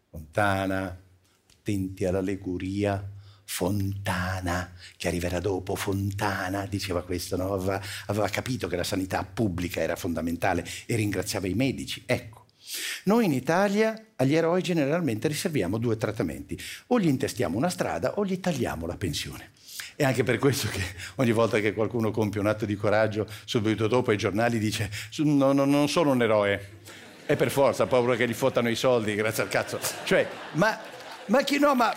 attenti all'allegoria, Fontana, che arriverà dopo, Fontana, diceva questo, no? Aveva capito che la sanità pubblica era fondamentale e ringraziava i medici. Ecco, noi in Italia agli eroi generalmente riserviamo 2 trattamenti, o gli intestiamo una strada o gli tagliamo la pensione. È anche per questo che ogni volta che qualcuno compie un atto di coraggio, subito dopo ai giornali dice no, non sono un eroe, è per forza, paura che gli fottano i soldi, grazie al cazzo. Cioè, ma chi no, ma...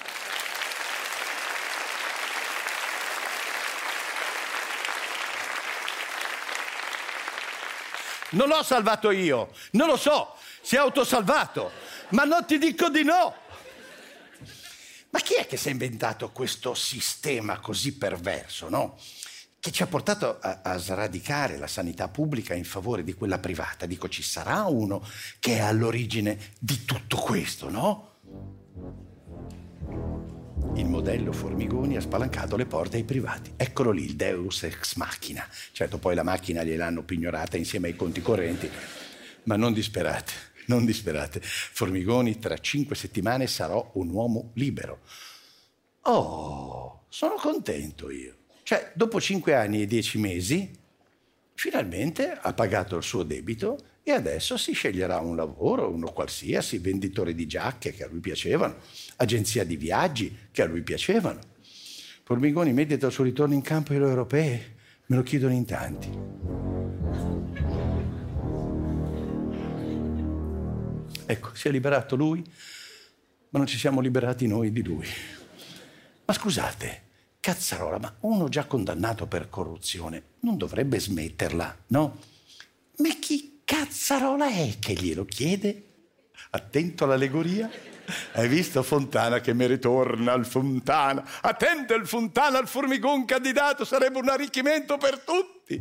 Non l'ho salvato io, non lo so, si è autosalvato, ma non ti dico di no. Ma chi è che si è inventato questo sistema così perverso, no? Che ci ha portato a sradicare la sanità pubblica in favore di quella privata. Dico, ci sarà uno che è all'origine di tutto questo, no? Il modello Formigoni ha spalancato le porte ai privati. Eccolo lì, il Deus ex machina. Certo, poi la macchina gliel'hanno pignorata insieme ai conti correnti, ma non disperate. Non disperate, Formigoni tra 5 settimane sarò un uomo libero. Oh, sono contento io. Cioè, dopo 5 anni e 10 mesi, finalmente ha pagato il suo debito e adesso si sceglierà un lavoro, uno qualsiasi, venditore di giacche che a lui piacevano, agenzia di viaggi che a lui piacevano. Formigoni medita il suo ritorno in campo alle europee, me lo chiedono in tanti. Ecco, si è liberato lui, ma non ci siamo liberati noi di lui. Ma scusate, cazzarola, ma uno già condannato per corruzione non dovrebbe smetterla, no? Ma chi cazzarola è che glielo chiede? Attento all'allegoria. Hai visto Fontana che mi ritorna al Fontana? Attento il Fontana al Formigon candidato, sarebbe un arricchimento per tutti.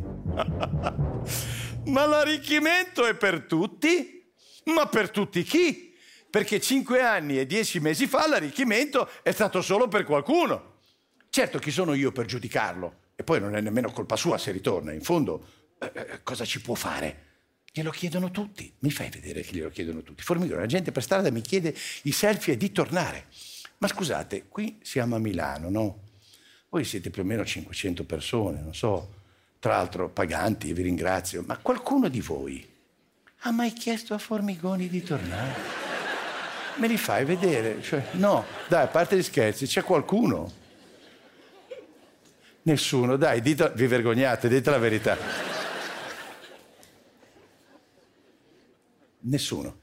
Ma l'arricchimento è per tutti? Ma per tutti chi? Perché 5 anni e 10 mesi fa l'arricchimento è stato solo per qualcuno. Certo, chi sono io per giudicarlo? E poi non è nemmeno colpa sua se ritorna. In fondo, cosa ci può fare? Glielo chiedono tutti. Mi fai vedere che glielo chiedono tutti. Formigoni, la gente per strada mi chiede i selfie e di tornare. Ma scusate, qui siamo a Milano, no? Voi siete più o meno 500 persone, non so. Tra l'altro paganti, vi ringrazio. Ma qualcuno di voi ha mai chiesto a Formigoni di tornare? Me li fai vedere? Cioè, no, dai, a parte gli scherzi, c'è qualcuno? Nessuno, dai, vi vergognate, dite la verità. Nessuno.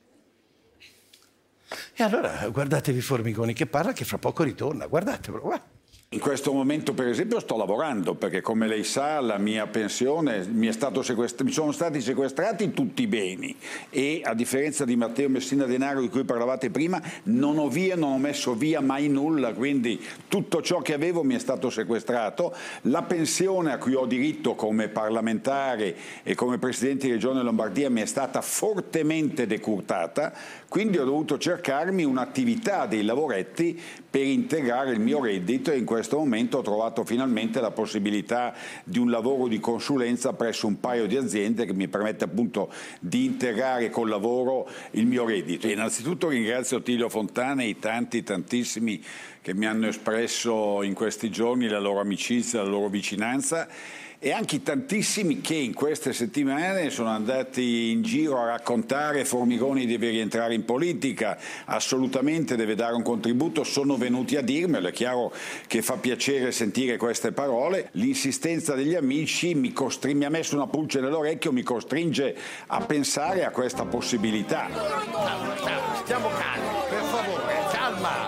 E allora guardatevi Formigoni che parla, che fra poco ritorna, guardatelo, guarda. In questo momento, per esempio, sto lavorando perché, come lei sa, la mia pensione mi sono stati sequestrati tutti i beni e, a differenza di Matteo Messina Denaro di cui parlavate prima, non ho messo via mai nulla, quindi tutto ciò che avevo mi è stato sequestrato. La pensione a cui ho diritto come parlamentare e come Presidente di Regione Lombardia mi è stata fortemente decurtata, quindi ho dovuto cercarmi un'attività, dei lavoretti per integrare il mio reddito e in questo momento ho trovato finalmente la possibilità di un lavoro di consulenza presso un paio di aziende che mi permette appunto di integrare col lavoro il mio reddito. Innanzitutto ringrazio Attilio Fontana e i tantissimi che mi hanno espresso in questi giorni la loro amicizia, la loro vicinanza, e anche i tantissimi che in queste settimane sono andati in giro a raccontare Formigoni deve rientrare in politica, assolutamente deve dare un contributo, sono venuti a dirmelo. È chiaro che fa piacere sentire queste parole. L'insistenza degli amici mi ha messo una pulce nell'orecchio, mi costringe a pensare a questa possibilità. Stiamo calmi, per favore, calma.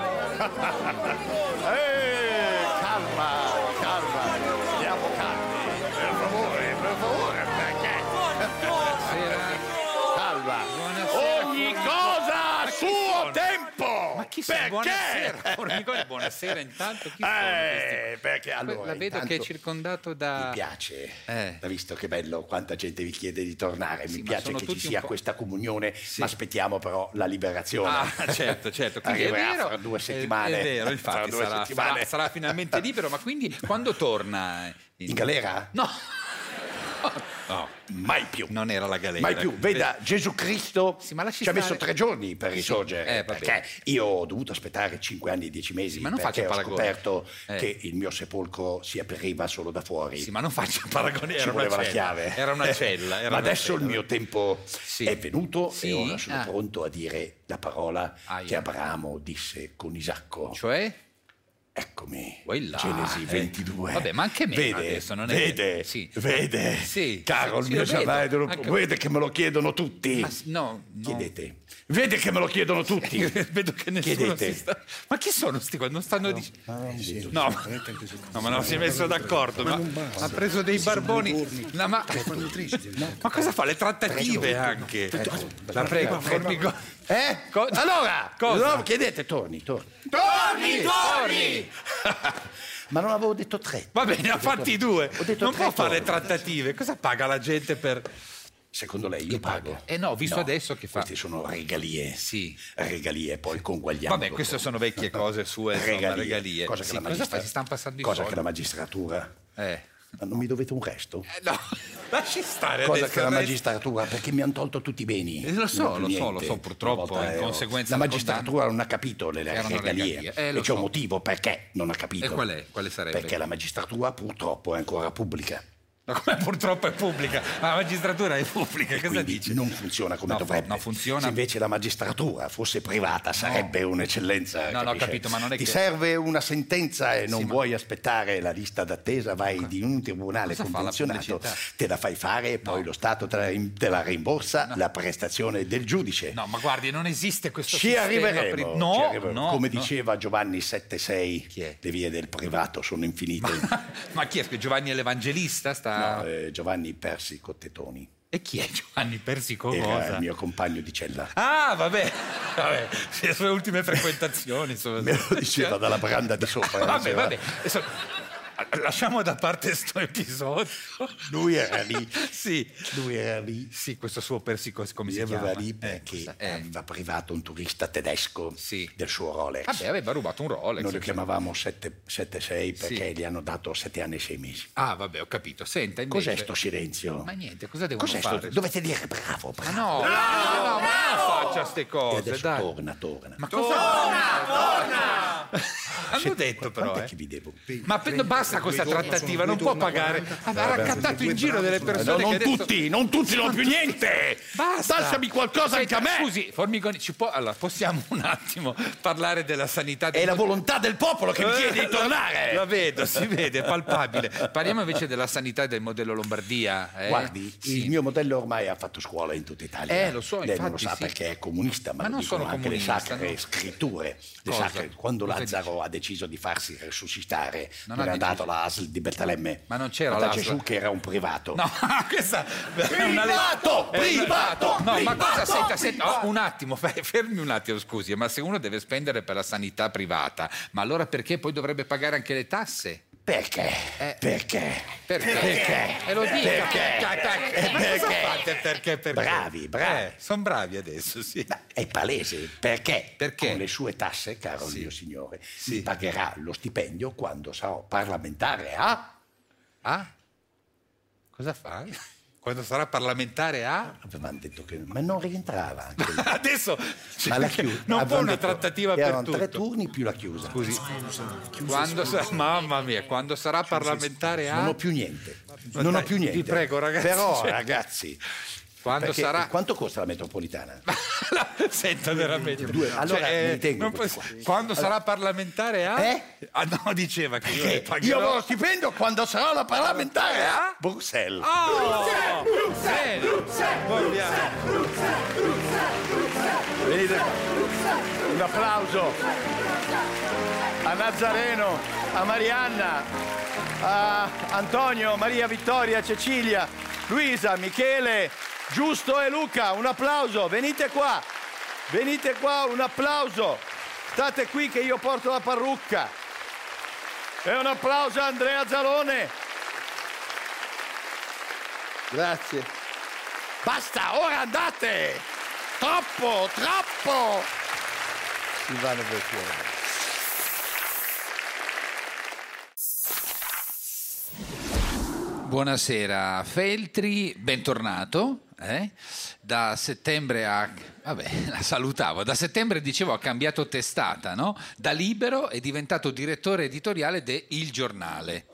Calma, stiamo calmi. Per favore, perché? tempo! Ma chi sei? Perché? Buonasera, Formigoni, buonasera intanto. Chi sono questi? Perché allora La vedo intanto che è circondato da... mi piace, ha visto che bello, quanta gente vi chiede di tornare, mi ma piace sono che ci tutti un sia po'... questa comunione, ma aspettiamo però la liberazione. Ah, certo, quindi è Arriverà vero, fra 2 settimane. È vero, infatti Fra 2 settimane. sarà finalmente libero, ma quindi quando torna? In galera? No. No, mai più. Non era la galera. Mai più. Veda, Gesù Cristo lasci ci ha messo stare. 3 giorni per risorgere, vabbè. perché io ho dovuto aspettare 5 anni e 10 mesi, ma non perché faccia ho paragoni. scoperto che il mio sepolcro si apriva solo da fuori. Sì, ma non faccia paragoni, Ci era una voleva la cella. chiave. Era una cella. Ma adesso il mio tempo è venuto Sì? e ora sono Ah. pronto a dire la parola che Abramo disse con Isacco. Cioè? Eccomi, Là, Genesi 22. Vabbè, ma anche meno vede, adesso, non è vede, sì. vede, Sì, caro sì, il mio lo vedo. giornale, Anche- vede che me lo chiedono tutti. Ma no. Chiedete. Vede che me lo chiedono tutti. Vedo che nessuno Chiedete. si sta... Ma chi sono sti qua? Non stanno dicendo... No, ma non si è messo d'accordo. Ma ha preso dei barboni. No, ma cosa fa? Le trattative anche. La prego, Formigoni. Allora, Cosa? no, chiedete, torni. Ma non avevo detto 3. Va bene, ha fatti 2. Ho detto Non 3 può fare torni. trattative. Cosa paga la gente per... Secondo lei io pago? No, visto adesso che fa... Queste sono regalie. Sì. Regalie poi conguagliamo. Vabbè, queste sono vecchie cose sue, insomma, regalie. Cosa che Sì, la cosa magistratura... fa? Si stanno passando i Cosa soldi. che la magistratura... Ma non mi dovete un resto? No, lasci stare Cosa adesso. che la il resto. magistratura, perché mi hanno tolto tutti i beni. Lo so, Non ho più lo niente. so, purtroppo, Una volta in ero- conseguenza La del magistratura non ha capito le Erano regalie. regalie, lo E c'è un so. motivo perché non ha capito. E qual è? Quale sarebbe? Perché la magistratura purtroppo è ancora pubblica. Ma come purtroppo è pubblica? La magistratura è pubblica, cosa Quindi dice? non funziona come No, dovrebbe. no, funziona. Se invece la magistratura fosse privata sarebbe un'eccellenza. No, no, ho capisce? capito, ma non è Ti che- serve una sentenza e non vuoi aspettare la lista d'attesa, vai di un tribunale Cosa fa la convenzionato, pubblicità? te la fai fare e poi lo Stato te la rimborsa, la prestazione del giudice. No, ma guardi, non esiste questo Ci sistema. arriveremo, No, ci arriveremo. no, Come no. diceva Giovanni 7,6, le vie del privato sono infinite. Ma chi è? Giovanni l'Evangelista? Sta... No, Giovanni Persi Cottetoni. E chi è Giovanni Persico? Era Cosa? il mio compagno di cella. Ah, vabbè, le sue ultime frequentazioni. Insomma. Me lo diceva dalla branda di sopra. Vabbè, diceva. vabbè. Adesso, lasciamo da parte sto episodio. Lui era lì. Sì. Lui era lì. Sì, questo suo Persico, come si Viveva chiama? lì perché aveva privato un turista tedesco del suo Rolex. Vabbè, aveva rubato un Rolex. Noi lo chiamavamo 7,6 perché gli hanno dato 7 anni e 6 mesi. Ah, vabbè, ho capito. Senta, invece... Cos'è sto silenzio? Ma niente, cosa devono Cos'è fare? sto... Dovete dire bravo, Ma bravo. no, no, ma non faccia ste E cose, adesso dai. torna. Ma cosa... Hanno detto però, Quant'è che vi devo? Ma basta questa trattativa, non può pagare. Ha raccattato in giro delle persone non che adesso... tutti, non ho più niente. Basta. Lasciami qualcosa anche a me. Scusi, Formigoni, allora, possiamo un attimo parlare della sanità del... È la volontà del popolo che mi chiede di tornare. La vedo, si vede, è palpabile. Parliamo invece della sanità del modello Lombardia. Guardi, il mio modello ormai ha fatto scuola in tutta Italia. Lo so, Lei non lo infatti, sa sì. perché è comunista, ma lo non dicono sono anche le comunista, sacre no? scritture. Le Cosa? sacre, quando Cosa Lazzaro ha deciso di farsi resuscitare, Non non ha è andato all'ASL di Betlemme. Ma non c'era da l'ASL. Gesù che era un privato. No, questa è una Privato! No, ma cosa senta, un attimo, fermi un attimo, scusi, ma se uno deve spendere per la sanità privata, ma allora perché poi dovrebbe pagare anche le tasse? Perché? Perché? E lo dica. Perché? Ma cosa fate perché? Bravi. Sono bravi adesso, sì. È palese. Perché? Perché? Con le sue tasse, caro mio signore, mi pagherà lo stipendio quando sarò parlamentare a... Cosa fa? Quando sarà parlamentare Avevano detto che... Ma non rientrava anche lì. Adesso Ma la chiusa. non può una trattativa per erano tutto. 3 turni più la chiusa. Scusi, mamma mia, quando sarà parlamentare Non ho più niente. Non ho più niente. Vi prego, ragazzi. Però, cioè, ragazzi... Quando perché- sarà... Quanto costa la metropolitana? Senta veramente. Allora, me li tengo non questi posso- qua. quando sarà parlamentare Eh? no, diceva che io le Io pagherò. avrò lo stipendio quando sarò la parlamentare a Bruxelles. Bene. Venite qua. Un applauso a Nazareno, a Marianna, a Antonio, Maria Vittoria, Cecilia, Luisa, Michele, Giusto e Luca. Un applauso, venite qua. Venite qua, un applauso. State qui che io porto la parrucca. E un applauso a Andrea Zalone. Grazie. Basta, ora andate. Troppo. Silvano Bertieri. Buonasera Feltri, bentornato. Da settembre la salutavo. Da settembre, dicevo, ha cambiato testata, no? Da Libero è diventato direttore editoriale de Il Giornale.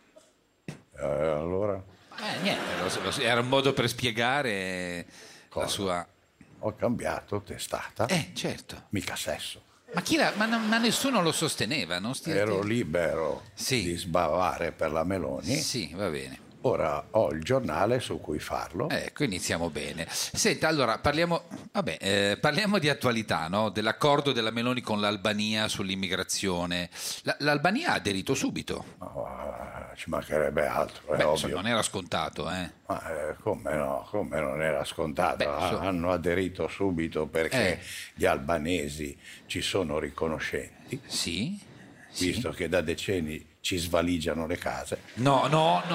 Allora? Niente, era un modo per spiegare la sua... Ho cambiato testata. Certo. Mica sesso. Ma nessuno lo sosteneva, no? Ero libero di sbavare per la Meloni. Sì, va bene. Ora ho il giornale su cui farlo. Ecco, iniziamo bene. Senta, allora parliamo di attualità, no? Dell'accordo della Meloni con l'Albania sull'immigrazione. L'Albania ha aderito subito. Ci mancherebbe altro, è ovvio. Non era scontato, Come no? Come non era scontato? Hanno aderito subito perché gli albanesi ci sono riconoscenti. Sì. Visto che da decenni ci svaligiano le case. No,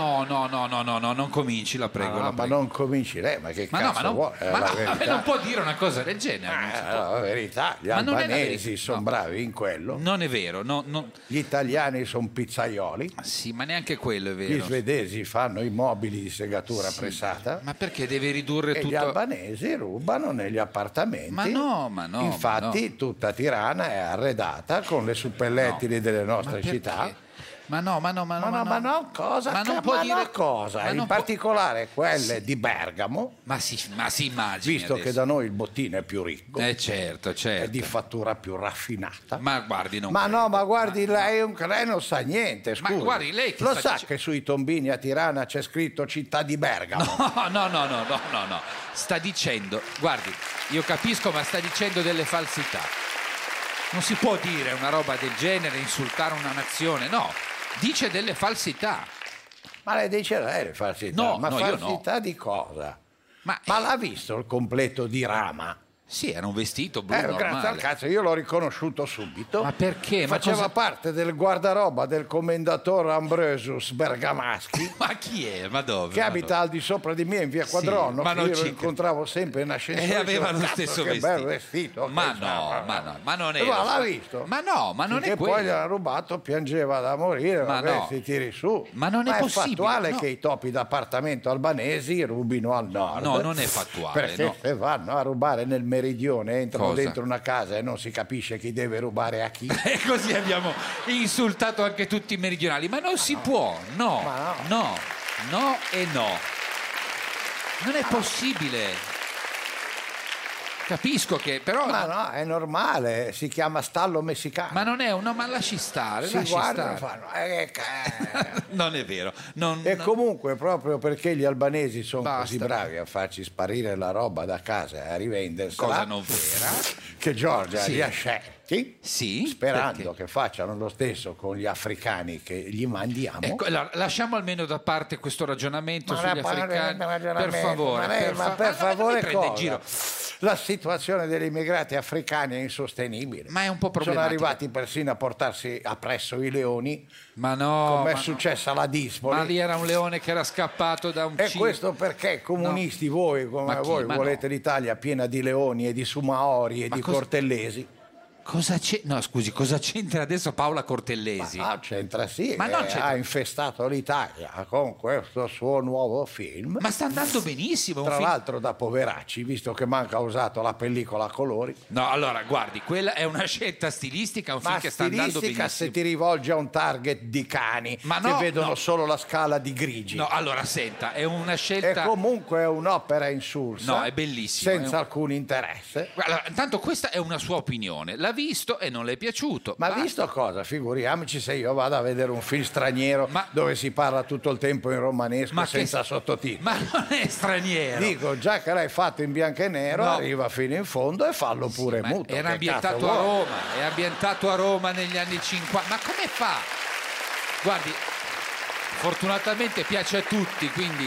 non cominci, la prego. Ma non cominci lei, ma che cazzo vuoi? Non può dire una cosa del genere. La verità, gli albanesi sono bravi in quello. Non è vero. Gli italiani sono pizzaioli. Sì, ma neanche quello è vero. Gli svedesi fanno i mobili di segatura pressata. Ma perché deve ridurre tutto? Gli albanesi rubano negli appartamenti. Ma no. Infatti tutta Tirana è arredata con le suppellettili delle nostre città. Ma no, cosa? Ma non può dire cosa, in particolare quelle di Bergamo. Ma si immagini. Visto che da noi il bottino è più ricco. Certo. È di fattura più raffinata. Ma guardi, non ma guardi, lei non sa niente, scusi. Ma guardi, lei che lo sa che sui tombini a Tirana c'è scritto città di Bergamo? No. Sta dicendo, guardi, io capisco, ma sta dicendo delle falsità. Non si può dire una roba del genere, insultare una nazione, no. Dice delle falsità. Ma lei dice lei le falsità? No, falsità di cosa? Ma l'ha visto il completo di Rama? Sì, era un vestito blu normale. Grazie al cazzo, io l'ho riconosciuto subito. Ma perché? Faceva parte del guardaroba del commendatore Ambrosius Bergamaschi. Ma chi è? Ma dove? Che abita al di sopra di me in via Quadronno, ma che io lo incontravo sempre in ascensore. E aveva lo stesso che vestito. Bel vestito. Ma non è. Ma l'ha visto? Ma no, ma non è quello. Che poi gliel'ha rubato, piangeva da morire, si tiri su. Ma non è possibile. È fattuale che i topi d'appartamento albanesi rubino al nord. No, non è fattuale. Perché se vanno a rubare nel meridione entrano dentro una casa e non si capisce chi deve rubare a chi. E così abbiamo insultato anche tutti i meridionali. Ma non si può, no. Non è possibile. Capisco che però... Ma no, è normale, si chiama stallo messicano. Ma non è ma lasci stare, si guardano e fanno... Non è vero. Comunque, proprio perché gli albanesi sono così bravi a farci sparire la roba da casa e a rivendersela... Cosa non vera. Che Giorgia li ha scelti, sperando perché? che facciano lo stesso con gli africani che gli mandiamo. Ecco, lasciamo almeno da parte questo ragionamento sugli africani. Per favore. Per favore cosa? In giro. La situazione degli immigrati africani è insostenibile. Ma è un po' problematica. Sono arrivati persino a portarsi appresso i leoni. Ma no. Come è successo alla Dispoli. Ma lì era un leone che era scappato da un E questo perché comunisti voi, come voi, volete l'Italia piena di leoni e di sumaori e di cortellesi. Cosa c'è? No, scusi, cosa c'entra adesso Paola Cortellesi? Ma c'entra sì, ma non c'entra. Ha infestato l'Italia con questo suo nuovo film. Ma sta andando benissimo. Tra l'altro da poveracci, visto che manca ha usato la pellicola a colori. No, allora, guardi, quella è una scelta stilistica, un film che sta andando benissimo. Se ti rivolge a un target di cani che vedono solo la scala di grigi. No, allora, senta, è una scelta... E comunque è un'opera insulsa. No, è bellissima. Senza alcun interesse. Allora, intanto questa è una sua opinione. L'ha visto e non le è piaciuto. Ma visto cosa? Figuriamoci se io vado a vedere un film straniero dove si parla tutto il tempo in romanesco senza sottotitoli. Ma non è straniero. Dico, già che l'hai fatto in bianco e nero, arriva fino in fondo e fallo pure muto. Era ambientato a Roma, è ambientato a Roma negli anni 50. Ma come fa? Guardi, fortunatamente piace a tutti, quindi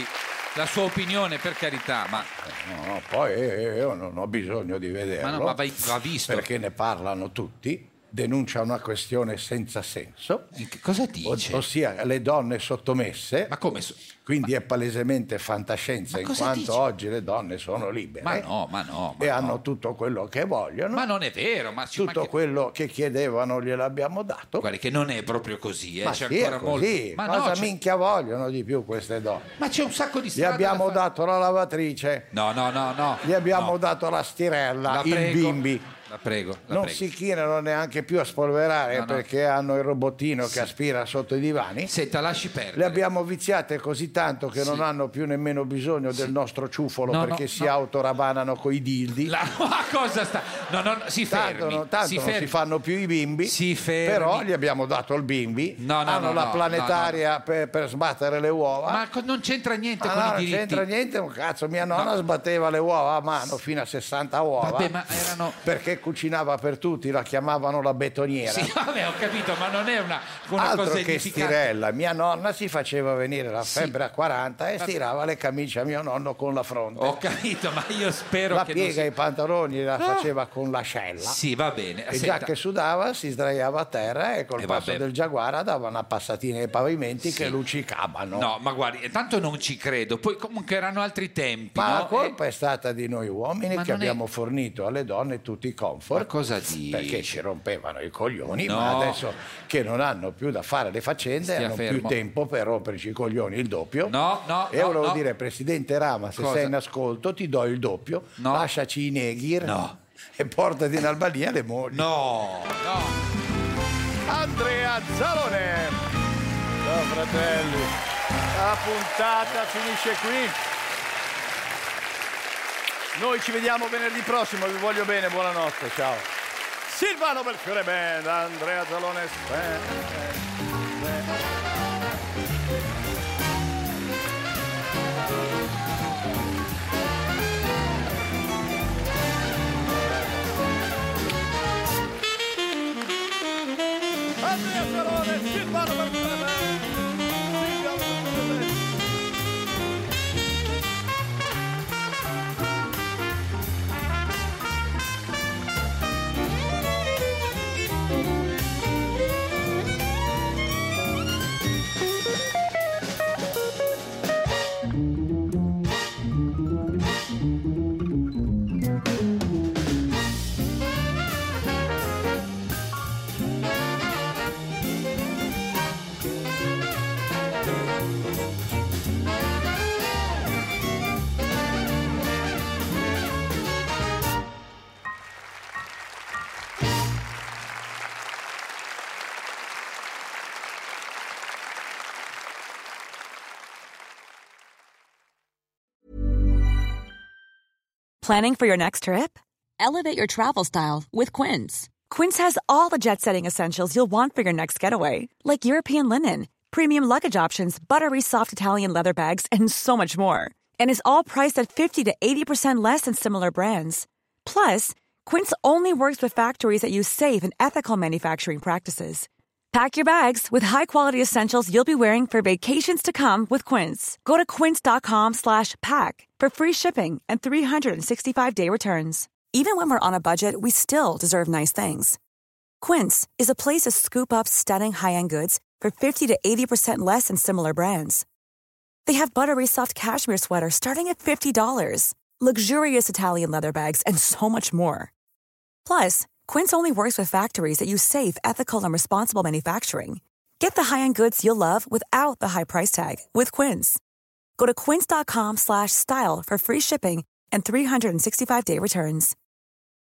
la sua opinione, per carità, ma... No, poi io non ho bisogno di vederlo. Ma va visto. Perché ne parlano tutti, denuncia una questione senza senso. Che cosa dice? Ossia le donne sottomesse. Ma come? Quindi è palesemente fantascienza, in quanto dice? oggi le donne sono libere. Ma no. E hanno tutto quello che vogliono. Ma non è vero. Tutto quello che chiedevano gliel'abbiamo dato. Guardi che non è proprio così. Ma c'è sì, ancora è così. molto. Ma cosa no, minchia vogliono di più queste donne? Ma c'è un sacco di Gli strade. abbiamo dato la lavatrice. No. Gli abbiamo dato la stirella, il bimbi. La prego. Non si chinano neanche più a spolverare perché hanno il robottino che aspira sotto i divani. Senta, lasci perdere. Le abbiamo viziate così tanto che non hanno più nemmeno bisogno del nostro ciufolo perché si autorabanano coi dildi. Ma cosa sta? No, si fermi. Tanto non si fanno più i bimbi. Si fermi. Però gli abbiamo dato il bimbi. Hanno la planetaria per sbattere le uova. Ma non c'entra niente con i diritti. Non c'entra niente, un cazzo. Mia nonna sbatteva le uova a mano fino a 60 uova. Vabbè, ma erano... Perché cucinava per tutti, la chiamavano la betoniera. Sì, vabbè, ho capito, ma non è una altro cosa che edificante. stirella. Mia nonna si faceva venire la febbre a 40 e stirava le camicie a mio nonno con la fronte. Ho capito, ma io spero la che piega ai pantaloni la faceva con l'ascella. Sì, va bene. E già che sudava si sdraiava a terra e col passo del Giaguara dava una passatina ai pavimenti che luccicavano. No, ma guardi, tanto non ci credo. Poi comunque erano altri tempi. Ma no? la colpa è stata di noi uomini Ma che non è- abbiamo fornito alle donne tutti i comfort. Ma cosa dici? Perché ci rompevano i coglioni, No. ma adesso che non hanno più da fare le faccende, Stia hanno più fermo. tempo per romperci i coglioni il doppio. No. E volevo dire, Presidente Rama, se Cosa? sei in ascolto ti do il doppio, lasciaci i neghir e portati in Albania le mogli. No. Andrea Zalone. Ciao fratelli. La puntata finisce qui. Noi ci vediamo venerdì prossimo, vi voglio bene, buonanotte, ciao. Silvano Belfiore Band, Andrea Zalone Andrea Zalone, Silvano Belfiore Band. Planning for your next trip? Elevate your travel style with Quince. Quince has all the jet-setting essentials you'll want for your next getaway, like European linen, premium luggage options, buttery soft Italian leather bags, and so much more. And is all priced at 50 to 80% less than similar brands. Plus, Quince only works with factories that use safe and ethical manufacturing practices. Pack your bags with high-quality essentials you'll be wearing for vacations to come with Quince. Go to quince.com/pack for free shipping and 365-day returns. Even when we're on a budget, we still deserve nice things. Quince is a place to scoop up stunning high-end goods for 50 to 80% less than similar brands. They have buttery soft cashmere sweaters starting at $50, luxurious Italian leather bags, and so much more. Plus, Quince only works with factories that use safe, ethical, and responsible manufacturing. Get the high-end goods you'll love without the high price tag with Quince. Go to quince.com/style for free shipping and 365-day returns.